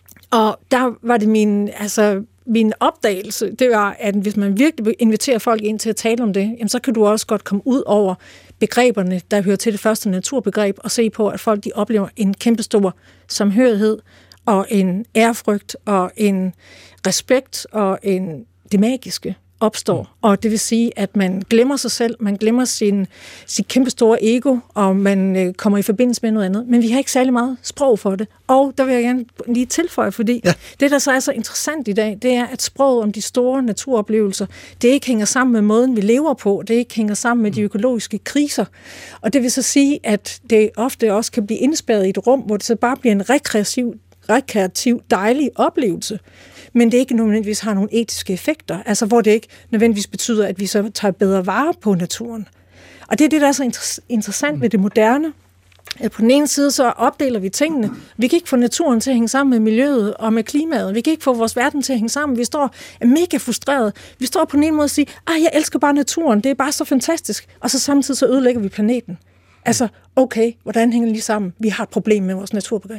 Og der var det min, altså, min opdagelse, det var, at hvis man virkelig inviterer folk ind til at tale om det, jamen, så kan du også godt komme ud over begreberne, der hører til det første naturbegreb, og se på, at folk de oplever en kæmpestor samhørighed og en ærefrygt og en respekt og en det magiske opstår, og det vil sige, at man glemmer sig selv, man glemmer sin, sit kæmpe store ego, og man øh, kommer i forbindelse med noget andet, men vi har ikke særlig meget sprog for det, og der vil jeg gerne lige tilføje, fordi ja. det, der så er så interessant i dag, det er, at sproget om de store naturoplevelser, det ikke hænger sammen med måden, vi lever på, det ikke hænger sammen med de økologiske kriser, og det vil så sige, at det ofte også kan blive indspærret i et rum, hvor det så bare bliver en rekreativ, rekreativ dejlig oplevelse, men det ikke nødvendigvis har nogle etiske effekter, altså hvor det ikke nødvendigvis betyder, at vi så tager bedre vare på naturen. Og det er det, der er så interessant ved det moderne, at på den ene side så opdeler vi tingene. Vi kan ikke få naturen til at hænge sammen med miljøet og med klimaet. Vi kan ikke få vores verden til at hænge sammen. Vi står er mega frustreret. Vi står på den ene måde og siger, ah, jeg elsker bare naturen, det er bare så fantastisk. Og så samtidig så ødelægger vi planeten. Altså, okay, hvordan hænger det lige sammen? Vi har et problem med vores naturbegreb.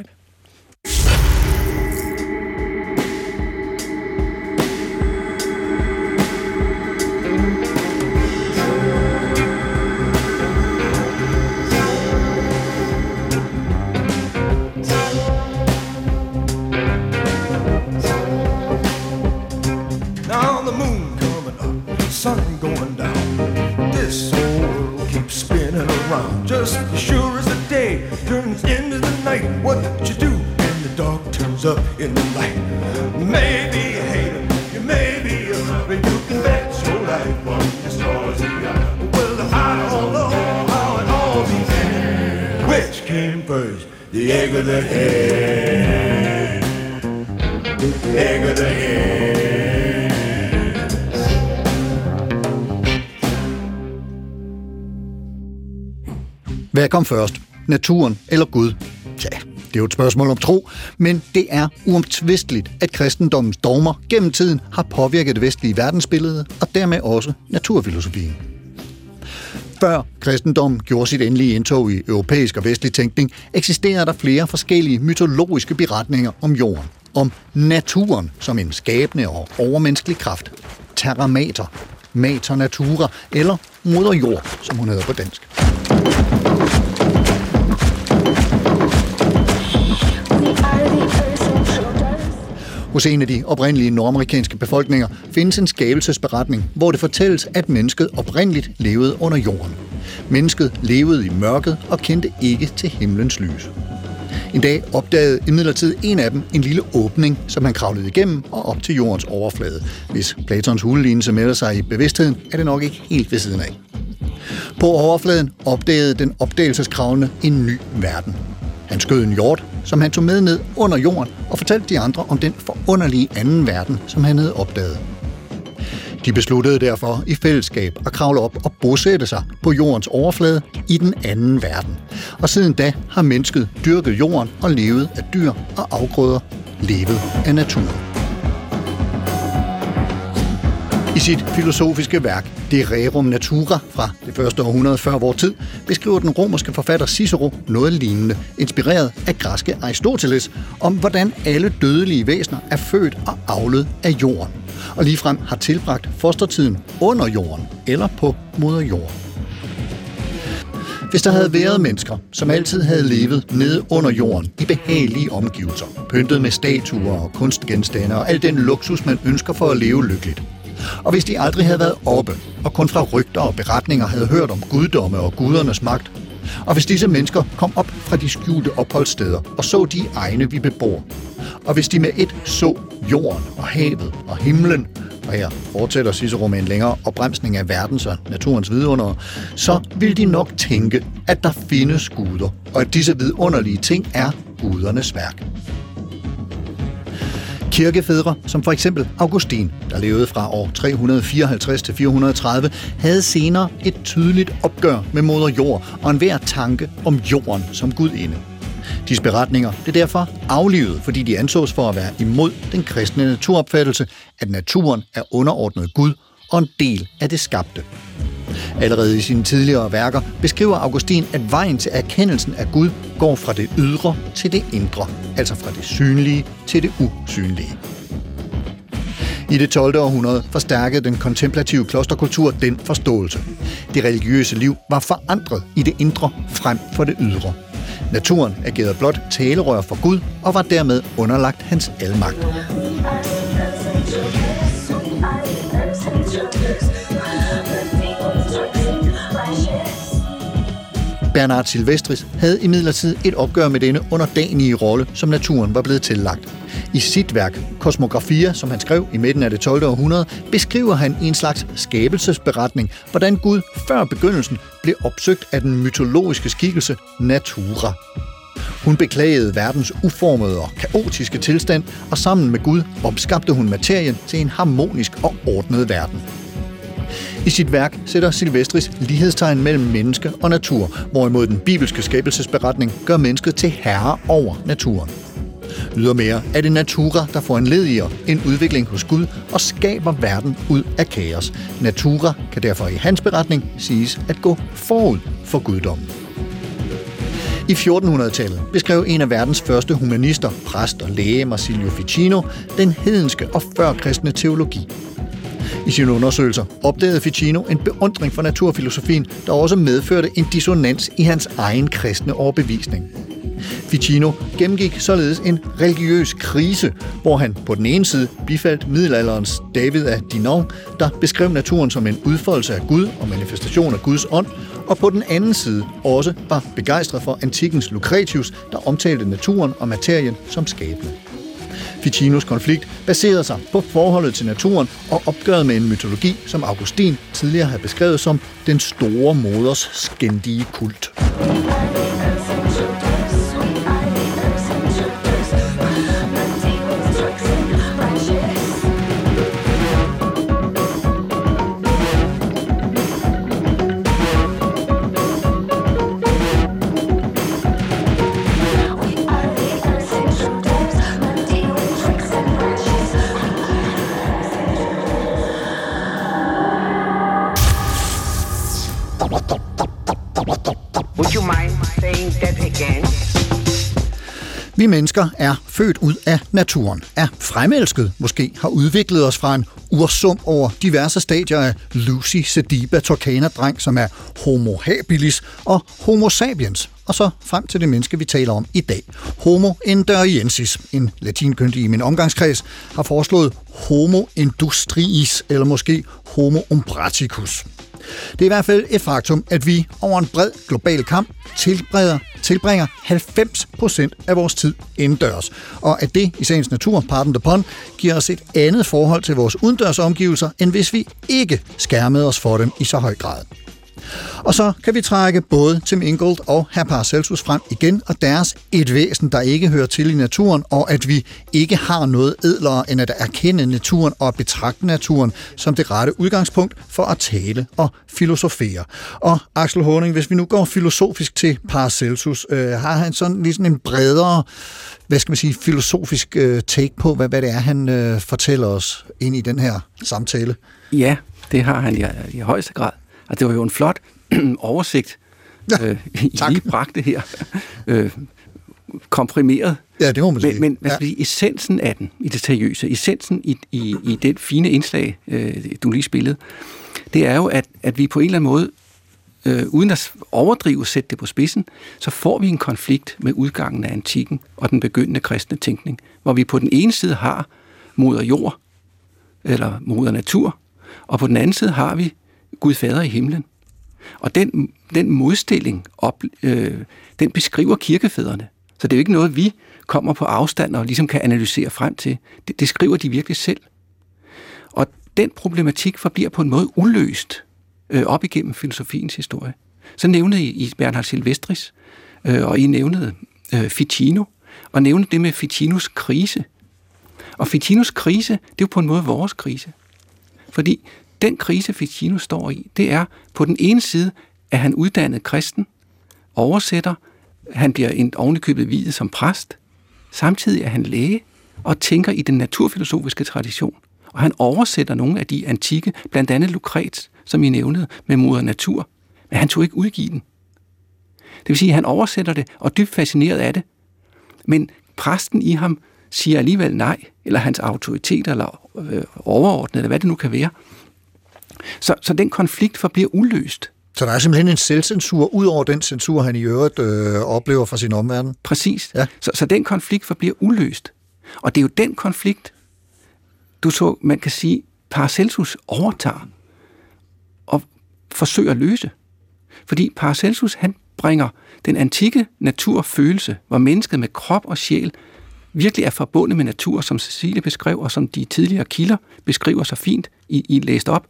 Sun going down, this whole world keeps spinning around. Just as sure as the day turns into the night, what you do in the dark turns up in the light. Maybe you hate him, you maybe you love him, you can bet your life on the stars in the eye. Well, I don't know how it all began. Which came first, the egg or the hen? The egg or the hen? Hvad kom først? Naturen eller Gud? Tja, det er jo et spørgsmål om tro, men det er uomtvisteligt, at kristendommens dogmer gennem tiden har påvirket det vestlige verdensbillede og dermed også naturfilosofien. Før kristendommen gjorde sit endelige indtog i europæisk og vestlig tænkning, eksisterer der flere forskellige mytologiske beretninger om jorden. Om naturen som en skabende og overmenneskelig kraft. Terra mater, mater natura eller moder jord, som hun hedder på dansk. Hos en af de oprindelige nordamerikanske befolkninger findes en skabelsesberetning, hvor det fortælles, at mennesket oprindeligt levede under jorden. Mennesket levede i mørket og kendte ikke til himlens lys. En dag opdagede imidlertid en af dem en lille åbning, som han kravlede igennem og op til jordens overflade. Hvis Platons hulelignelse melder sig i bevidstheden, er det nok ikke helt ved siden af. På overfladen opdagede den opdagelseskravlende en ny verden. Han skød en hjort, som han tog med ned under jorden og fortalte de andre om den forunderlige anden verden, som han havde opdaget. De besluttede derfor i fællesskab at kravle op og bosætte sig på jordens overflade i den anden verden. Og siden da har mennesket dyrket jorden og levet af dyr og afgrøder, levet af naturen. I sit filosofiske værk De Rerum Natura fra det første århundrede før vor tid, beskriver den romerske forfatter Cicero noget lignende, inspireret af græske Aristoteles, om hvordan alle dødelige væsener er født og avlet af jorden, og ligefrem har tilbragt fostertiden under jorden eller på moder jord. Hvis der havde været mennesker, som altid havde levet nede under jorden i behagelige omgivelser, pyntet med statuer og kunstgenstande og al den luksus, man ønsker for at leve lykkeligt, og hvis de aldrig havde været oppe, og kun fra rygter og beretninger havde hørt om guddomme og gudernes magt, og hvis disse mennesker kom op fra de skjulte opholdssteder og så de egne, vi bebor, og hvis de med et så jorden og havet og himlen, og her fortsætter Cicero med en længere opbremsning af verdens og naturens vidundere, så vil de nok tænke, at der findes guder, og at disse vidunderlige ting er gudernes værk. Kirkefædre, som for eksempel Augustin, der levede fra år tre hundrede fireoghalvtreds til fire hundrede tredive, havde senere et tydeligt opgør med moder jord og enhver tanke om jorden som gudinde. Disse beretninger blev derfor aflivet, fordi de ansås for at være imod den kristne naturopfattelse, at naturen er underordnet Gud og en del af det skabte. Allerede i sine tidligere værker beskriver Augustin, at vejen til erkendelsen af Gud går fra det ydre til det indre, altså fra det synlige til det usynlige. I det tolvte århundrede forstærkede den kontemplative klosterkultur den forståelse. Det religiøse liv var forandret i det indre frem for det ydre. Naturen agerede blot talerør for Gud og var dermed underlagt hans almagt. Bernard Silvestris havde imidlertid et opgør med denne underdanige rolle, som naturen var blevet tillagt. I sit værk Cosmographia, som han skrev i midten af det tolvte århundrede, beskriver han i en slags skabelsesberetning, hvordan Gud før begyndelsen blev opsøgt af den mytologiske skikkelse Natura. Hun beklagede verdens uformede og kaotiske tilstand, og sammen med Gud opskabte hun materien til en harmonisk og ordnet verden. I sit værk sætter Silvestris lighedstegn mellem menneske og natur, hvorimod den bibelske skabelsesberetning gør mennesket til herre over naturen. Ydermere er det Natura, der foranlediger en udvikling hos Gud og skaber verden ud af kaos. Natura kan derfor i hans beretning siges at gå forud for guddommen. I fjortenhundredetallet beskrev en af verdens første humanister, præst og læge Marsilio Ficino, den hedenske og førkristne teologi. I sine undersøgelser opdagede Ficino en beundring for naturfilosofien, der også medførte en dissonans i hans egen kristne overbevisning. Ficino gennemgik således en religiøs krise, hvor han på den ene side bifaldt middelalderens David af Dinan, der beskrev naturen som en udfoldelse af Gud og manifestation af Guds ånd, og på den anden side også var begejstret for antikkens Lucretius, der omtalte naturen og materien som skabende. Ficinos konflikt baserede sig på forholdet til naturen og opgøret med en mytologi, som Augustin tidligere havde beskrevet som den store moders skændige kult. Would you mind saying that again? Vi mennesker er født ud af naturen, er fremelsket, måske har udviklet os fra en ursum over diverse stadier af Lucy Sediba Turkana-dreng, som er Homo habilis og Homo sapiens, og så frem til det menneske, vi taler om i dag. Homo enderiensis, en latinkyndig i min omgangskreds, har foreslået Homo industriis, eller måske Homo umbraticus. Det er i hvert fald et faktum, at vi over en bred global kamp tilbringer, tilbringer halvfems procent af vores tid indendørs, og at det i sagens natur, pardon the pun, giver os et andet forhold til vores udendørs omgivelser, end hvis vi ikke skærmede os for dem i så høj grad. Og så kan vi trække både Tim Ingold og hr. Paracelsus frem igen, og deres et væsen, der ikke hører til i naturen, og at vi ikke har noget ædlere end at erkende naturen og betragte naturen som det rette udgangspunkt for at tale og filosofere. Og Axel Horning, hvis vi nu går filosofisk til Paracelsus, øh, har han sådan lige sådan en bredere, hvad skal man sige, filosofisk øh, take på, hvad, hvad det er, han øh, fortæller os ind i den her samtale? Ja, det har han i, i højeste grad. Og det var jo en flot oversigt, ja, øh, I lige bragte her, øh, komprimeret. Ja, det må man sige. Men, men hvad skal ja. sige, essensen af den, i det seriøse, essensen i, i, i det fine indslag, øh, du lige spillede, det er jo, at, at vi på en eller anden måde, øh, uden at overdrive sætte det på spidsen, så får vi en konflikt med udgangen af antikken og den begyndende kristne tænkning, hvor vi på den ene side har moder jord, eller moder natur, og på den anden side har vi Gud fader i himlen. Og den, den modstilling, op, øh, den beskriver kirkefædrene. Så det er jo ikke noget, vi kommer på afstand og ligesom kan analysere frem til. Det, det skriver de virkelig selv. Og den problematik forbliver på en måde uløst øh, op igennem filosofiens historie. Så nævnede I, I Bernhard Silvestris, øh, og I nævnede øh, Ficino, og nævnede det med Ficinos krise. Og Ficinos krise, det er jo på en måde vores krise. Fordi den krise, Ficino står i, det er på den ene side, at han uddannet kristen, oversætter, han bliver en ovenikøbet viet som præst, samtidig er han læge og tænker i den naturfilosofiske tradition. Og han oversætter nogle af de antikke, blandt andet Lucrets, som I nævnede, med moder natur, men han tog ikke udgive den. Det vil sige, at han oversætter det og er dybt fascineret af det, men præsten i ham siger alligevel nej, eller hans autoritet, eller øh, overordnet, eller hvad det nu kan være. Så, så den konflikt forbliver uløst. Så der er simpelthen en selvcensur, ud over den censur, han i øvrigt øh, oplever fra sin omverden? Præcis. Ja. Så, så den konflikt forbliver uløst. Og det er jo den konflikt, du så, man kan sige, Paracelsus overtager og forsøger at løse. Fordi Paracelsus, han bringer den antikke naturfølelse, hvor mennesket med krop og sjæl virkelig er forbundet med natur, som Cecilie beskrev, og som de tidligere kilder beskriver så fint, I, I læst op.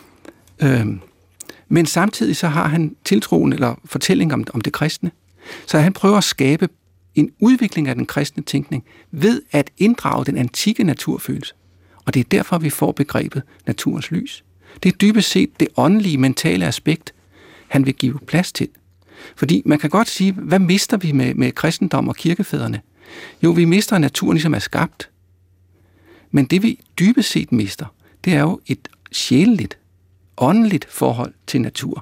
Øhm, men samtidig så har han tiltroen eller fortælling om, om det kristne. Så han prøver at skabe en udvikling af den kristne tænkning ved at inddrage den antikke naturfølelse. Og det er derfor, vi får begrebet naturens lys. Det er dybest set det åndelige, mentale aspekt, han vil give plads til. Fordi man kan godt sige, hvad mister vi med, med kristendom og kirkefædrene? Jo, vi mister, at naturen ligesom er skabt. Men det vi dybest set mister, det er jo et sjæleligt, åndeligt forhold til natur.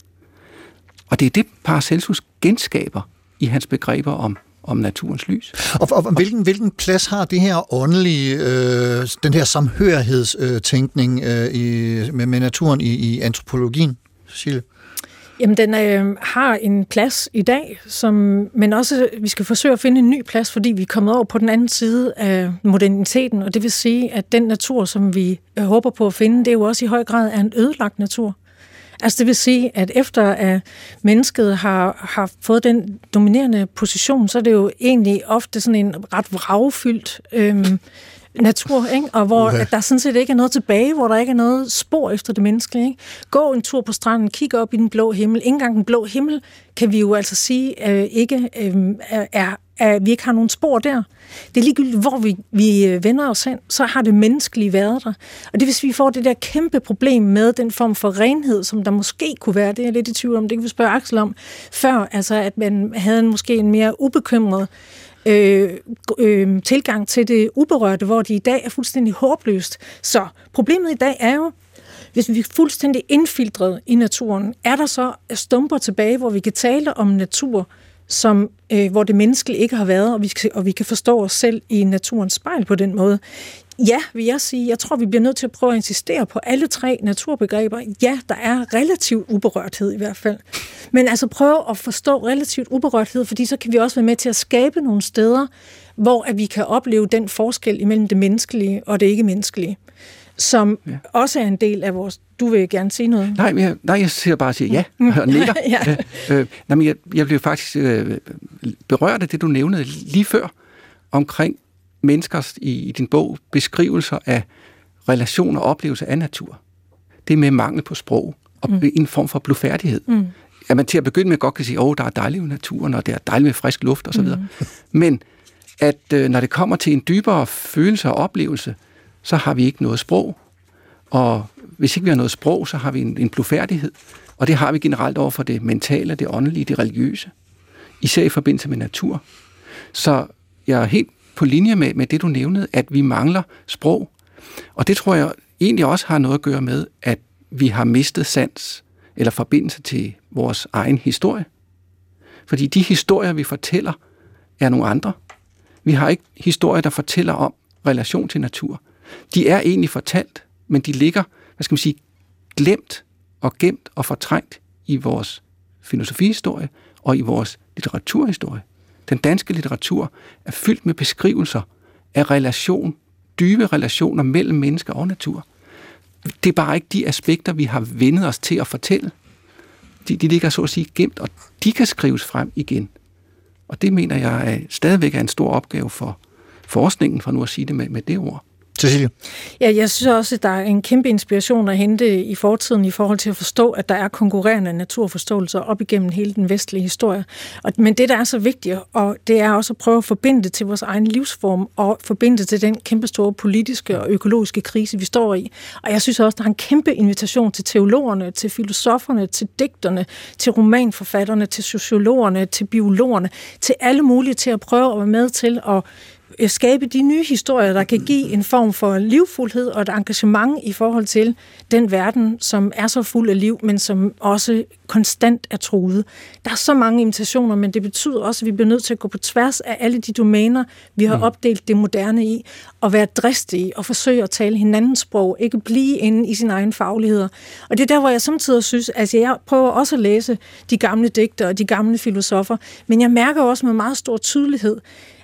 Og det er det, Paracelsus genskaber i hans begreber om, om naturens lys. Og, og, og hvilken, hvilken plads har det her åndelige, øh, den her samhørighedstænkning øh, i, med, med naturen i, i antropologien, Cecilie? Jamen, den øh, har en plads i dag, som, men også, vi skal forsøge at finde en ny plads, fordi vi er kommet over på den anden side af moderniteten, og det vil sige, at den natur, som vi øh, håber på at finde, det er jo også i høj grad er en ødelagt natur. Altså det vil sige, at efter at mennesket har, har fået den dominerende position, så er det jo egentlig ofte sådan en ret vragfyldt øh, natur, ikke? Og hvor okay. der sådan set ikke er noget tilbage, hvor der ikke er noget spor efter det menneskelige. Ikke? Gå en tur på stranden, kig op i den blå himmel. Ikke engang den blå himmel kan vi jo altså sige øh, ikke øh, er, at vi ikke har nogen spor der. Det er ligegyldigt, hvor vi, vi vender os hen, så har det menneskelige været der. Og det hvis vi får det der kæmpe problem med den form for renhed, som der måske kunne være, det er lidt i tvivl om, det kan vi spørge Axel om, før, altså at man havde en, måske en mere ubekymret Øh, øh, tilgang til det uberørte, hvor det i dag er fuldstændig håbløst. Så problemet i dag er jo, hvis vi er fuldstændig indfiltret i naturen, er der så stumper tilbage, hvor vi kan tale om natur, som, øh, hvor det menneskelige ikke har været, og vi, kan, og vi kan forstå os selv i naturens spejl på den måde. Ja, vil jeg sige. Jeg tror, vi bliver nødt til at prøve at insistere på alle tre naturbegreber. Ja, der er relativt uberørthed i hvert fald. Men altså prøve at forstå relativt uberørthed, fordi så kan vi også være med til at skabe nogle steder, hvor at vi kan opleve den forskel imellem det menneskelige og det ikke-menneskelige, som ja. også er en del af vores... Du vil gerne sige noget? Nej, jeg, nej, jeg siger bare siger ja, og nikker. ja. øh, nej, men jeg, jeg blev faktisk øh, berørt af det, du nævnede lige før, omkring menneskers i, i din bog beskrivelser af relationer og oplevelser af natur. Det med mangel på sprog og mm. en form for blufærdighed. Mm. At man til at begynde med godt kan sige, åh, der er dejligt i naturen, og det er dejligt med frisk luft osv. Mm. Men at øh, når det kommer til en dybere følelse og oplevelse, så har vi ikke noget sprog. Og hvis ikke vi har noget sprog, så har vi en, en blufærdighed. Og det har vi generelt over for det mentale, det åndelige, det religiøse. Især i forbindelse med natur. Så jeg er helt på linje med, med det, du nævnede, at vi mangler sprog. Og det tror jeg egentlig også har noget at gøre med, at vi har mistet sans eller forbindelse til vores egen historie. Fordi de historier, vi fortæller, er nogle andre. Vi har ikke historier, der fortæller om relation til natur. De er egentlig fortalt, men de ligger, hvad skal man sige, glemt og gemt og fortrængt i vores filosofihistorie og i vores litteraturhistorie. Den danske litteratur er fyldt med beskrivelser af relation, dybe relationer mellem mennesker og natur. Det er bare ikke de aspekter, vi har vendet os til at fortælle. De, de ligger så at sige gemt, og de kan skrives frem igen. Og det mener jeg er, stadigvæk er en stor opgave for forskningen, for nu at sige det med, med det ord. Cecilie? Ja, jeg synes også, at der er en kæmpe inspiration at hente i fortiden i forhold til at forstå, at der er konkurrerende naturforståelser op igennem hele den vestlige historie. Og, men det, der er så vigtigt, og det er også at prøve at forbinde det til vores egen livsform, og forbinde det til den kæmpe store politiske og økologiske krise, vi står i. Og jeg synes også, der er en kæmpe invitation til teologerne, til filosoferne, til digterne, til romanforfatterne, til sociologerne, til biologerne, til alle mulige til at prøve at være med til at skabe de nye historier, der kan give en form for livfuldhed og et engagement i forhold til den verden, som er så fuld af liv, men som også konstant er truet. Der er så mange invitationer, men det betyder også, at vi bliver nødt til at gå på tværs af alle de domæner, vi har opdelt det moderne i, og være dristige og forsøge at tale hinandens sprog, ikke blive inde i sine egne fagligheder. Og det er der, hvor jeg samtidig synes, altså jeg prøver også at læse de gamle digtere og de gamle filosofer, men jeg mærker også med meget stor tydelighed,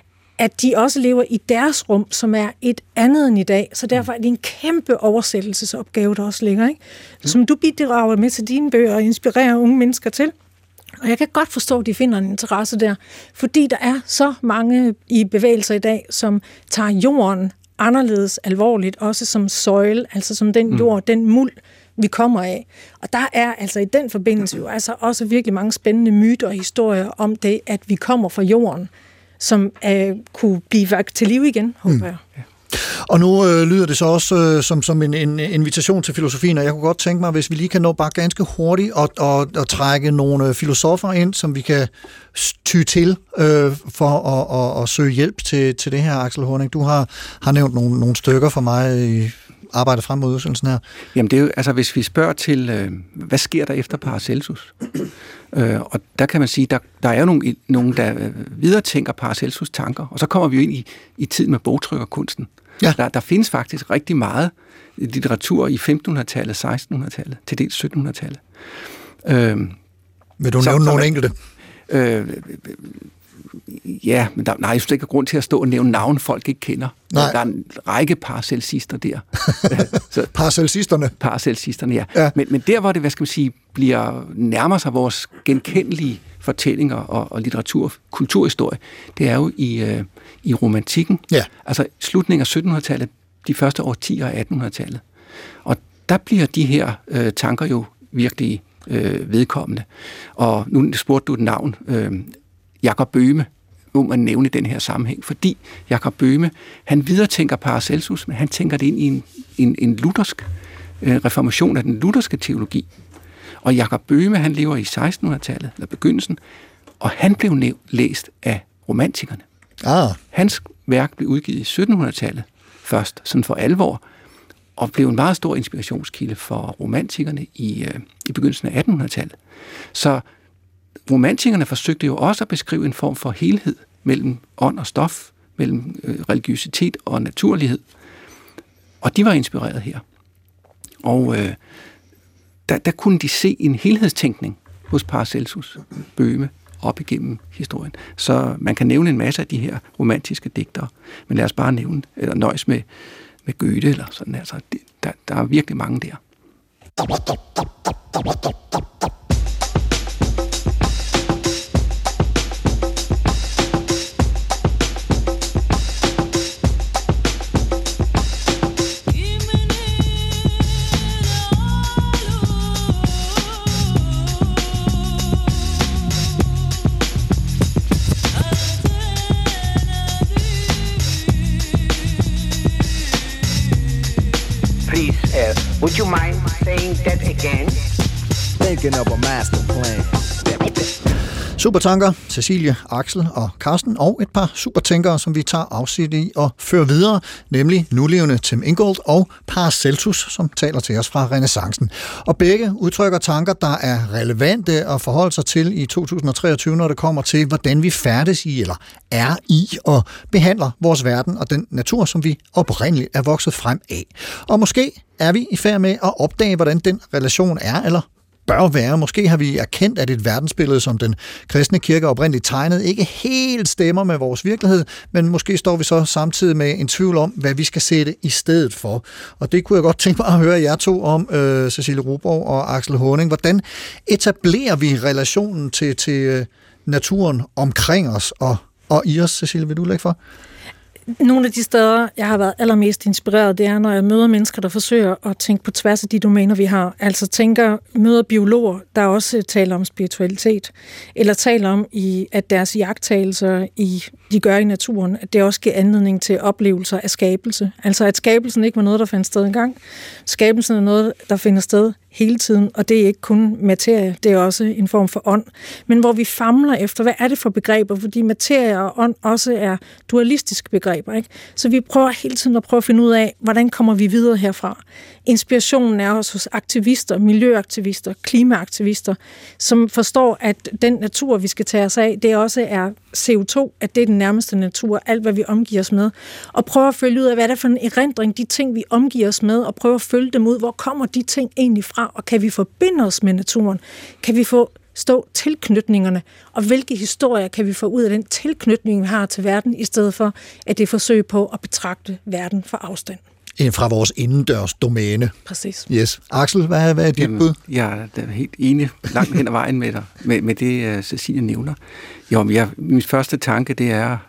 at de også lever i deres rum, som er et andet end i dag. Så derfor er det en kæmpe oversættelsesopgave, der også ligger, ikke? Som du bidrager med til dine bøger og inspirerer unge mennesker til. Og jeg kan godt forstå, at de finder en interesse der, fordi der er så mange i bevægelser i dag, som tager jorden anderledes alvorligt, også som søjle, altså som den jord, den muld, vi kommer af. Og der er altså i den forbindelse jo altså også virkelig mange spændende myter og historier om det, at vi kommer fra jorden, som øh, kunne blive væk til liv igen, håber jeg. Mm. Og nu øh, lyder det så også øh, som, som en, en invitation til filosofien, og jeg kunne godt tænke mig, hvis vi lige kan nå bare ganske hurtigt og, og, og trække nogle filosofer ind, som vi kan ty til øh, for at og, og søge hjælp til, til det her, Axel Horning. Du har, har nævnt nogle, nogle stykker for mig i arbejdet frem mod udsendelsen her. Jamen det er jo, altså hvis vi spørger til, øh, hvad sker der efter Paracelsus? øh, og der kan man sige, der, der er jo nogle, nogle der videre tænker Paracelsus tanker, og så kommer vi jo ind i, i tid med bogtrykkerkunsten. Ja. Der, der findes faktisk rigtig meget litteratur i femtenhundredetallet, sekstenhundredetallet, til dels syttenhundredetallet. Øh, Vil du nævne nogle enkelte? Øh, Ja, men der, nej, jeg synes ikke er grund til at stå og nævne navn, folk ikke kender. Nej. Der er en række paracelsister der. Så, Paracelsisterne? Paracelsisterne, ja. ja. Men, men der, hvor det, hvad skal man sige, bliver nærmer sig vores genkendelige fortællinger og, og litteratur, kulturhistorie, det er jo i, øh, i romantikken. Ja. Altså slutningen af syttenhundredetallet, de første årtier af attenhundredetallet. Og der bliver de her øh, tanker jo virkelig øh, vedkommende. Og nu spurgte du et navn, øh, Jakob Bøhme, må man nævne i den her sammenhæng, fordi Jakob Bøhme, han videretænker Paracelsus, men han tænker det ind i en, en, en luthersk øh, reformation af den lutherske teologi. Og Jakob Bøhme, han lever i sekstenhundredetallet, eller begyndelsen, og han blev næv- læst af romantikerne. Ah. Hans værk blev udgivet i syttenhundredetallet først, sådan for alvor, og blev en meget stor inspirationskilde for romantikerne i, øh, i begyndelsen af attenhundredetallet. Så romantikerne forsøgte jo også at beskrive en form for helhed mellem ånd og stof, mellem øh, religiøsitet og naturlighed. Og de var inspireret her. Og øh, der, der kunne de se en helhedstænkning hos Paracelsus, Bøhme, op igennem historien. Så man kan nævne en masse af de her romantiske digtere, men lad os bare nævne, eller nøjes med, med Goethe, eller sådan. Altså, det, der, der er virkelig mange der. Uh, would you mind saying that again? Thinking of a master plan. Supertanker, Cecilie, Axel og Carsten, og et par supertænkere, som vi tager afsæt i og fører videre, nemlig nulevende Tim Ingold og Paracelsus, som taler til os fra renæssancen. Og begge udtrykker tanker, der er relevante at forholde sig til i to tusind og treogtyve, når det kommer til, hvordan vi færdes i eller er i og behandler vores verden og den natur, som vi oprindeligt er vokset frem af. Og måske er vi i færd med at opdage, hvordan den relation er, eller bør være. Måske har vi erkendt, at et verdensbillede, som den kristne kirke oprindeligt tegnede, ikke helt stemmer med vores virkelighed, men måske står vi så samtidig med en tvivl om, hvad vi skal sætte i stedet for. Og det kunne jeg godt tænke mig at høre jer to om, øh, Cecilie Ruborg og Axel Horning. Hvordan etablerer vi relationen til, til øh, naturen omkring os og, og i os? Cecilie, vil du lægge for? Nogle af de steder, jeg har været allermest inspireret, det er, når jeg møder mennesker, der forsøger at tænke på tværs af de domæner, vi har. Altså tænker, møder biologer, der også taler om spiritualitet, eller taler om, i, at deres iagttagelser, i, de gør i naturen, at det også giver anledning til oplevelser af skabelse. Altså at skabelsen ikke var noget, der fandt sted engang. Skabelsen er noget, der finder sted hele tiden, og det er ikke kun materie, det er også en form for ånd. Men hvor vi famler efter, hvad er det for begreber? Fordi materie og ånd også er dualistiske begreber, ikke? Så vi prøver hele tiden at prøve at finde ud af, hvordan kommer vi videre herfra. Inspirationen er også hos aktivister, miljøaktivister, klimaaktivister, som forstår, at den natur, vi skal tage os af, det også er C O to, at det er den nærmeste natur, alt hvad vi omgiver os med. Og prøve at følge ud af, hvad er det for en erindring, de ting, vi omgiver os med, og prøve at følge dem ud, hvor kommer de ting egentlig fra, og kan vi forbinde os med naturen? Kan vi få stå tilknytningerne, og hvilke historier kan vi få ud af den tilknytning, vi har til verden, i stedet for, at det er forsøg på at betragte verden fra afstand. Fra vores indendørs domæne. Præcis. Yes. Axel, hvad er, hvad er dit Jamen, bud? Jeg er helt enig langt hen ad vejen med dig, med, med det, Cecilie nævner. Jo, men jeg, min første tanke, det er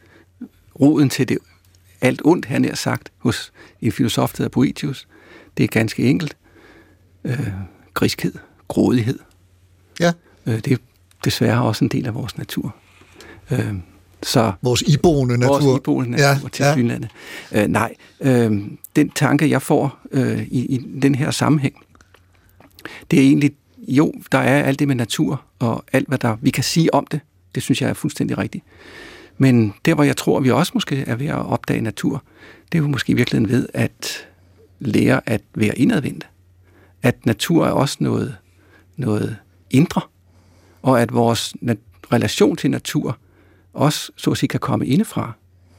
roden til det alt ondt, han har sagt, hos en filosof, der hedder Boetius. Det er ganske enkelt. Øh, griskhed, grådighed. Ja. Øh, det er desværre også en del af vores natur. Øh, så vores iboende natur. Vores iboende natur, ja, til synlande. Ja. Øh, nej, øh, den tanke, jeg får øh, i, i den her sammenhæng, det er egentlig, jo, der er alt det med natur, og alt, hvad der vi kan sige om det, det synes jeg er fuldstændig rigtigt. Men der, hvor jeg tror, vi også måske er ved at opdage natur, det er jo måske i virkeligheden ved at lære at være indadvendt. At natur er også noget, noget indre, og at vores nat- relation til natur også, så at sige, kan komme indefra.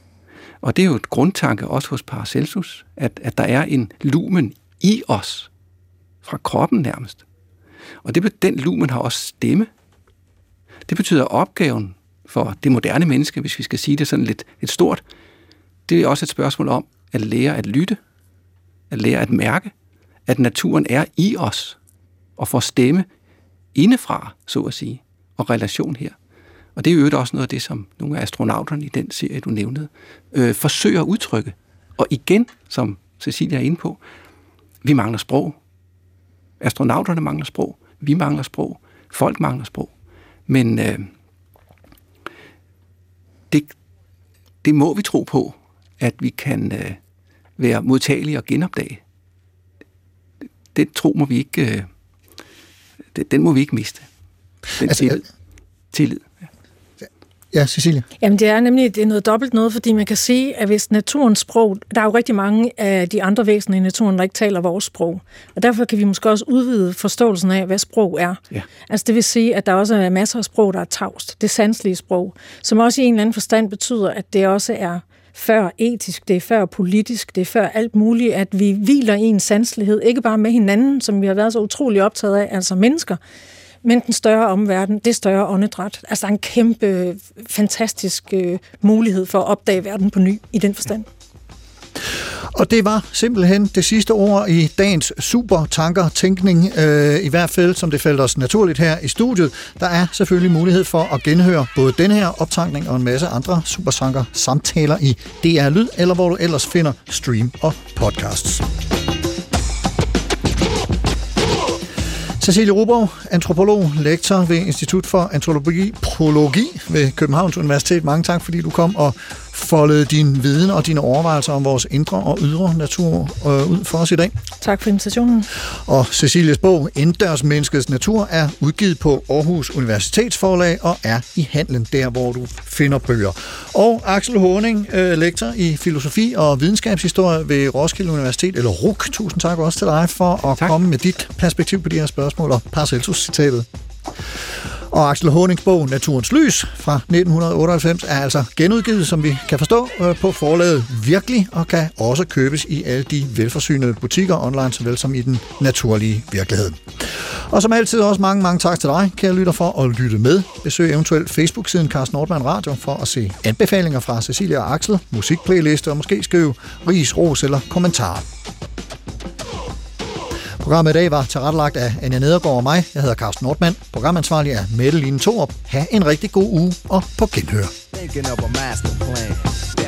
Og det er jo et grundtanke også hos Paracelsus, at, at der er en lumen i os, fra kroppen nærmest. Og det, den lumen har også stemme. Det betyder opgaven for det moderne menneske, hvis vi skal sige det sådan lidt, lidt stort, det er også et spørgsmål om at lære at lytte, at lære at mærke, at naturen er i os, og får stemme indefra, så at sige, og relation her. Og det er jo også noget af det, som nogle af astronauterne i den serie, du nævnede, øh, forsøger at udtrykke. Og igen, som Cecilia er inde på, vi mangler sprog. Astronauterne mangler sprog. Vi mangler sprog. Folk mangler sprog. Men øh, det, det må vi tro på, at vi kan øh, være modtagelige og genopdage. Det tro må vi ikke, øh, det, den må vi ikke miste. Den altså, tillid. tillid. Ja. Ja, Cecilie. Jamen, det er nemlig det er noget dobbelt noget, fordi man kan sige, at hvis naturens sprog, der er jo rigtig mange af de andre væsener i naturen, der ikke taler vores sprog. Og derfor kan vi måske også udvide forståelsen af, hvad sprog er. Ja. Altså det vil sige, at der også er masser af sprog, der er tavst. Det sanselige sprog, som også i en eller anden forstand betyder, at det også er før etisk, det er før politisk, det er før alt muligt, at vi hviler i en sanselighed, ikke bare med hinanden, som vi har været så utrolig optaget af, altså mennesker, men den større omverden, det større åndedræt. Altså der er en kæmpe, fantastisk øh, mulighed for at opdage verden på ny i den forstand. Og det var simpelthen det sidste ord i dagens supertanker-tænkning, øh, i hvert fald som det faldt os naturligt her i studiet. Der er selvfølgelig mulighed for at genhøre både den her optankning og en masse andre supertanker-samtaler i D R Lyd, eller hvor du ellers finder stream og podcasts. Cecilie Ruborg, antropolog, lektor ved Institut for Antropologi Prologi ved Københavns Universitet. Mange tak, fordi du kom og foldet din viden og dine overvejelser om vores indre og ydre natur øh, ud for os i dag. Tak for invitationen. Og Cecilies bog Indendørsmenneskets natur er udgivet på Aarhus Universitetsforlag og er i handlen der, hvor du finder bøger. Og Axel Horning, øh, lektor i filosofi og videnskabshistorie ved Roskilde Universitet, eller R U C. Tusind tak også til dig for at tak. komme med dit perspektiv på de her spørgsmål og Paracelsus-citatet. Og Axel Hornings bog Naturens Lys fra nitten otteoghalvfems er altså genudgivet, som vi kan forstå, på forlaget Virkelig, og kan også købes i alle de velforsynede butikker online, såvel som i den naturlige virkelighed. Og som altid også mange, mange tak til dig, kære lytter, for at lytte med. Besøg eventuelt Facebook-siden Carsten Nordmann Radio for at se anbefalinger fra Cecilie og Axel, musikplayliste og måske skrive ris, ros eller kommentarer. Programmet i dag var tilrettelagt af Anja Nedergaard og mig. Jeg hedder Carsten Nordmann. Programansvarlig er Mette Line Thorup. Ha' en rigtig god uge og på genhør. Thinking of a master plan.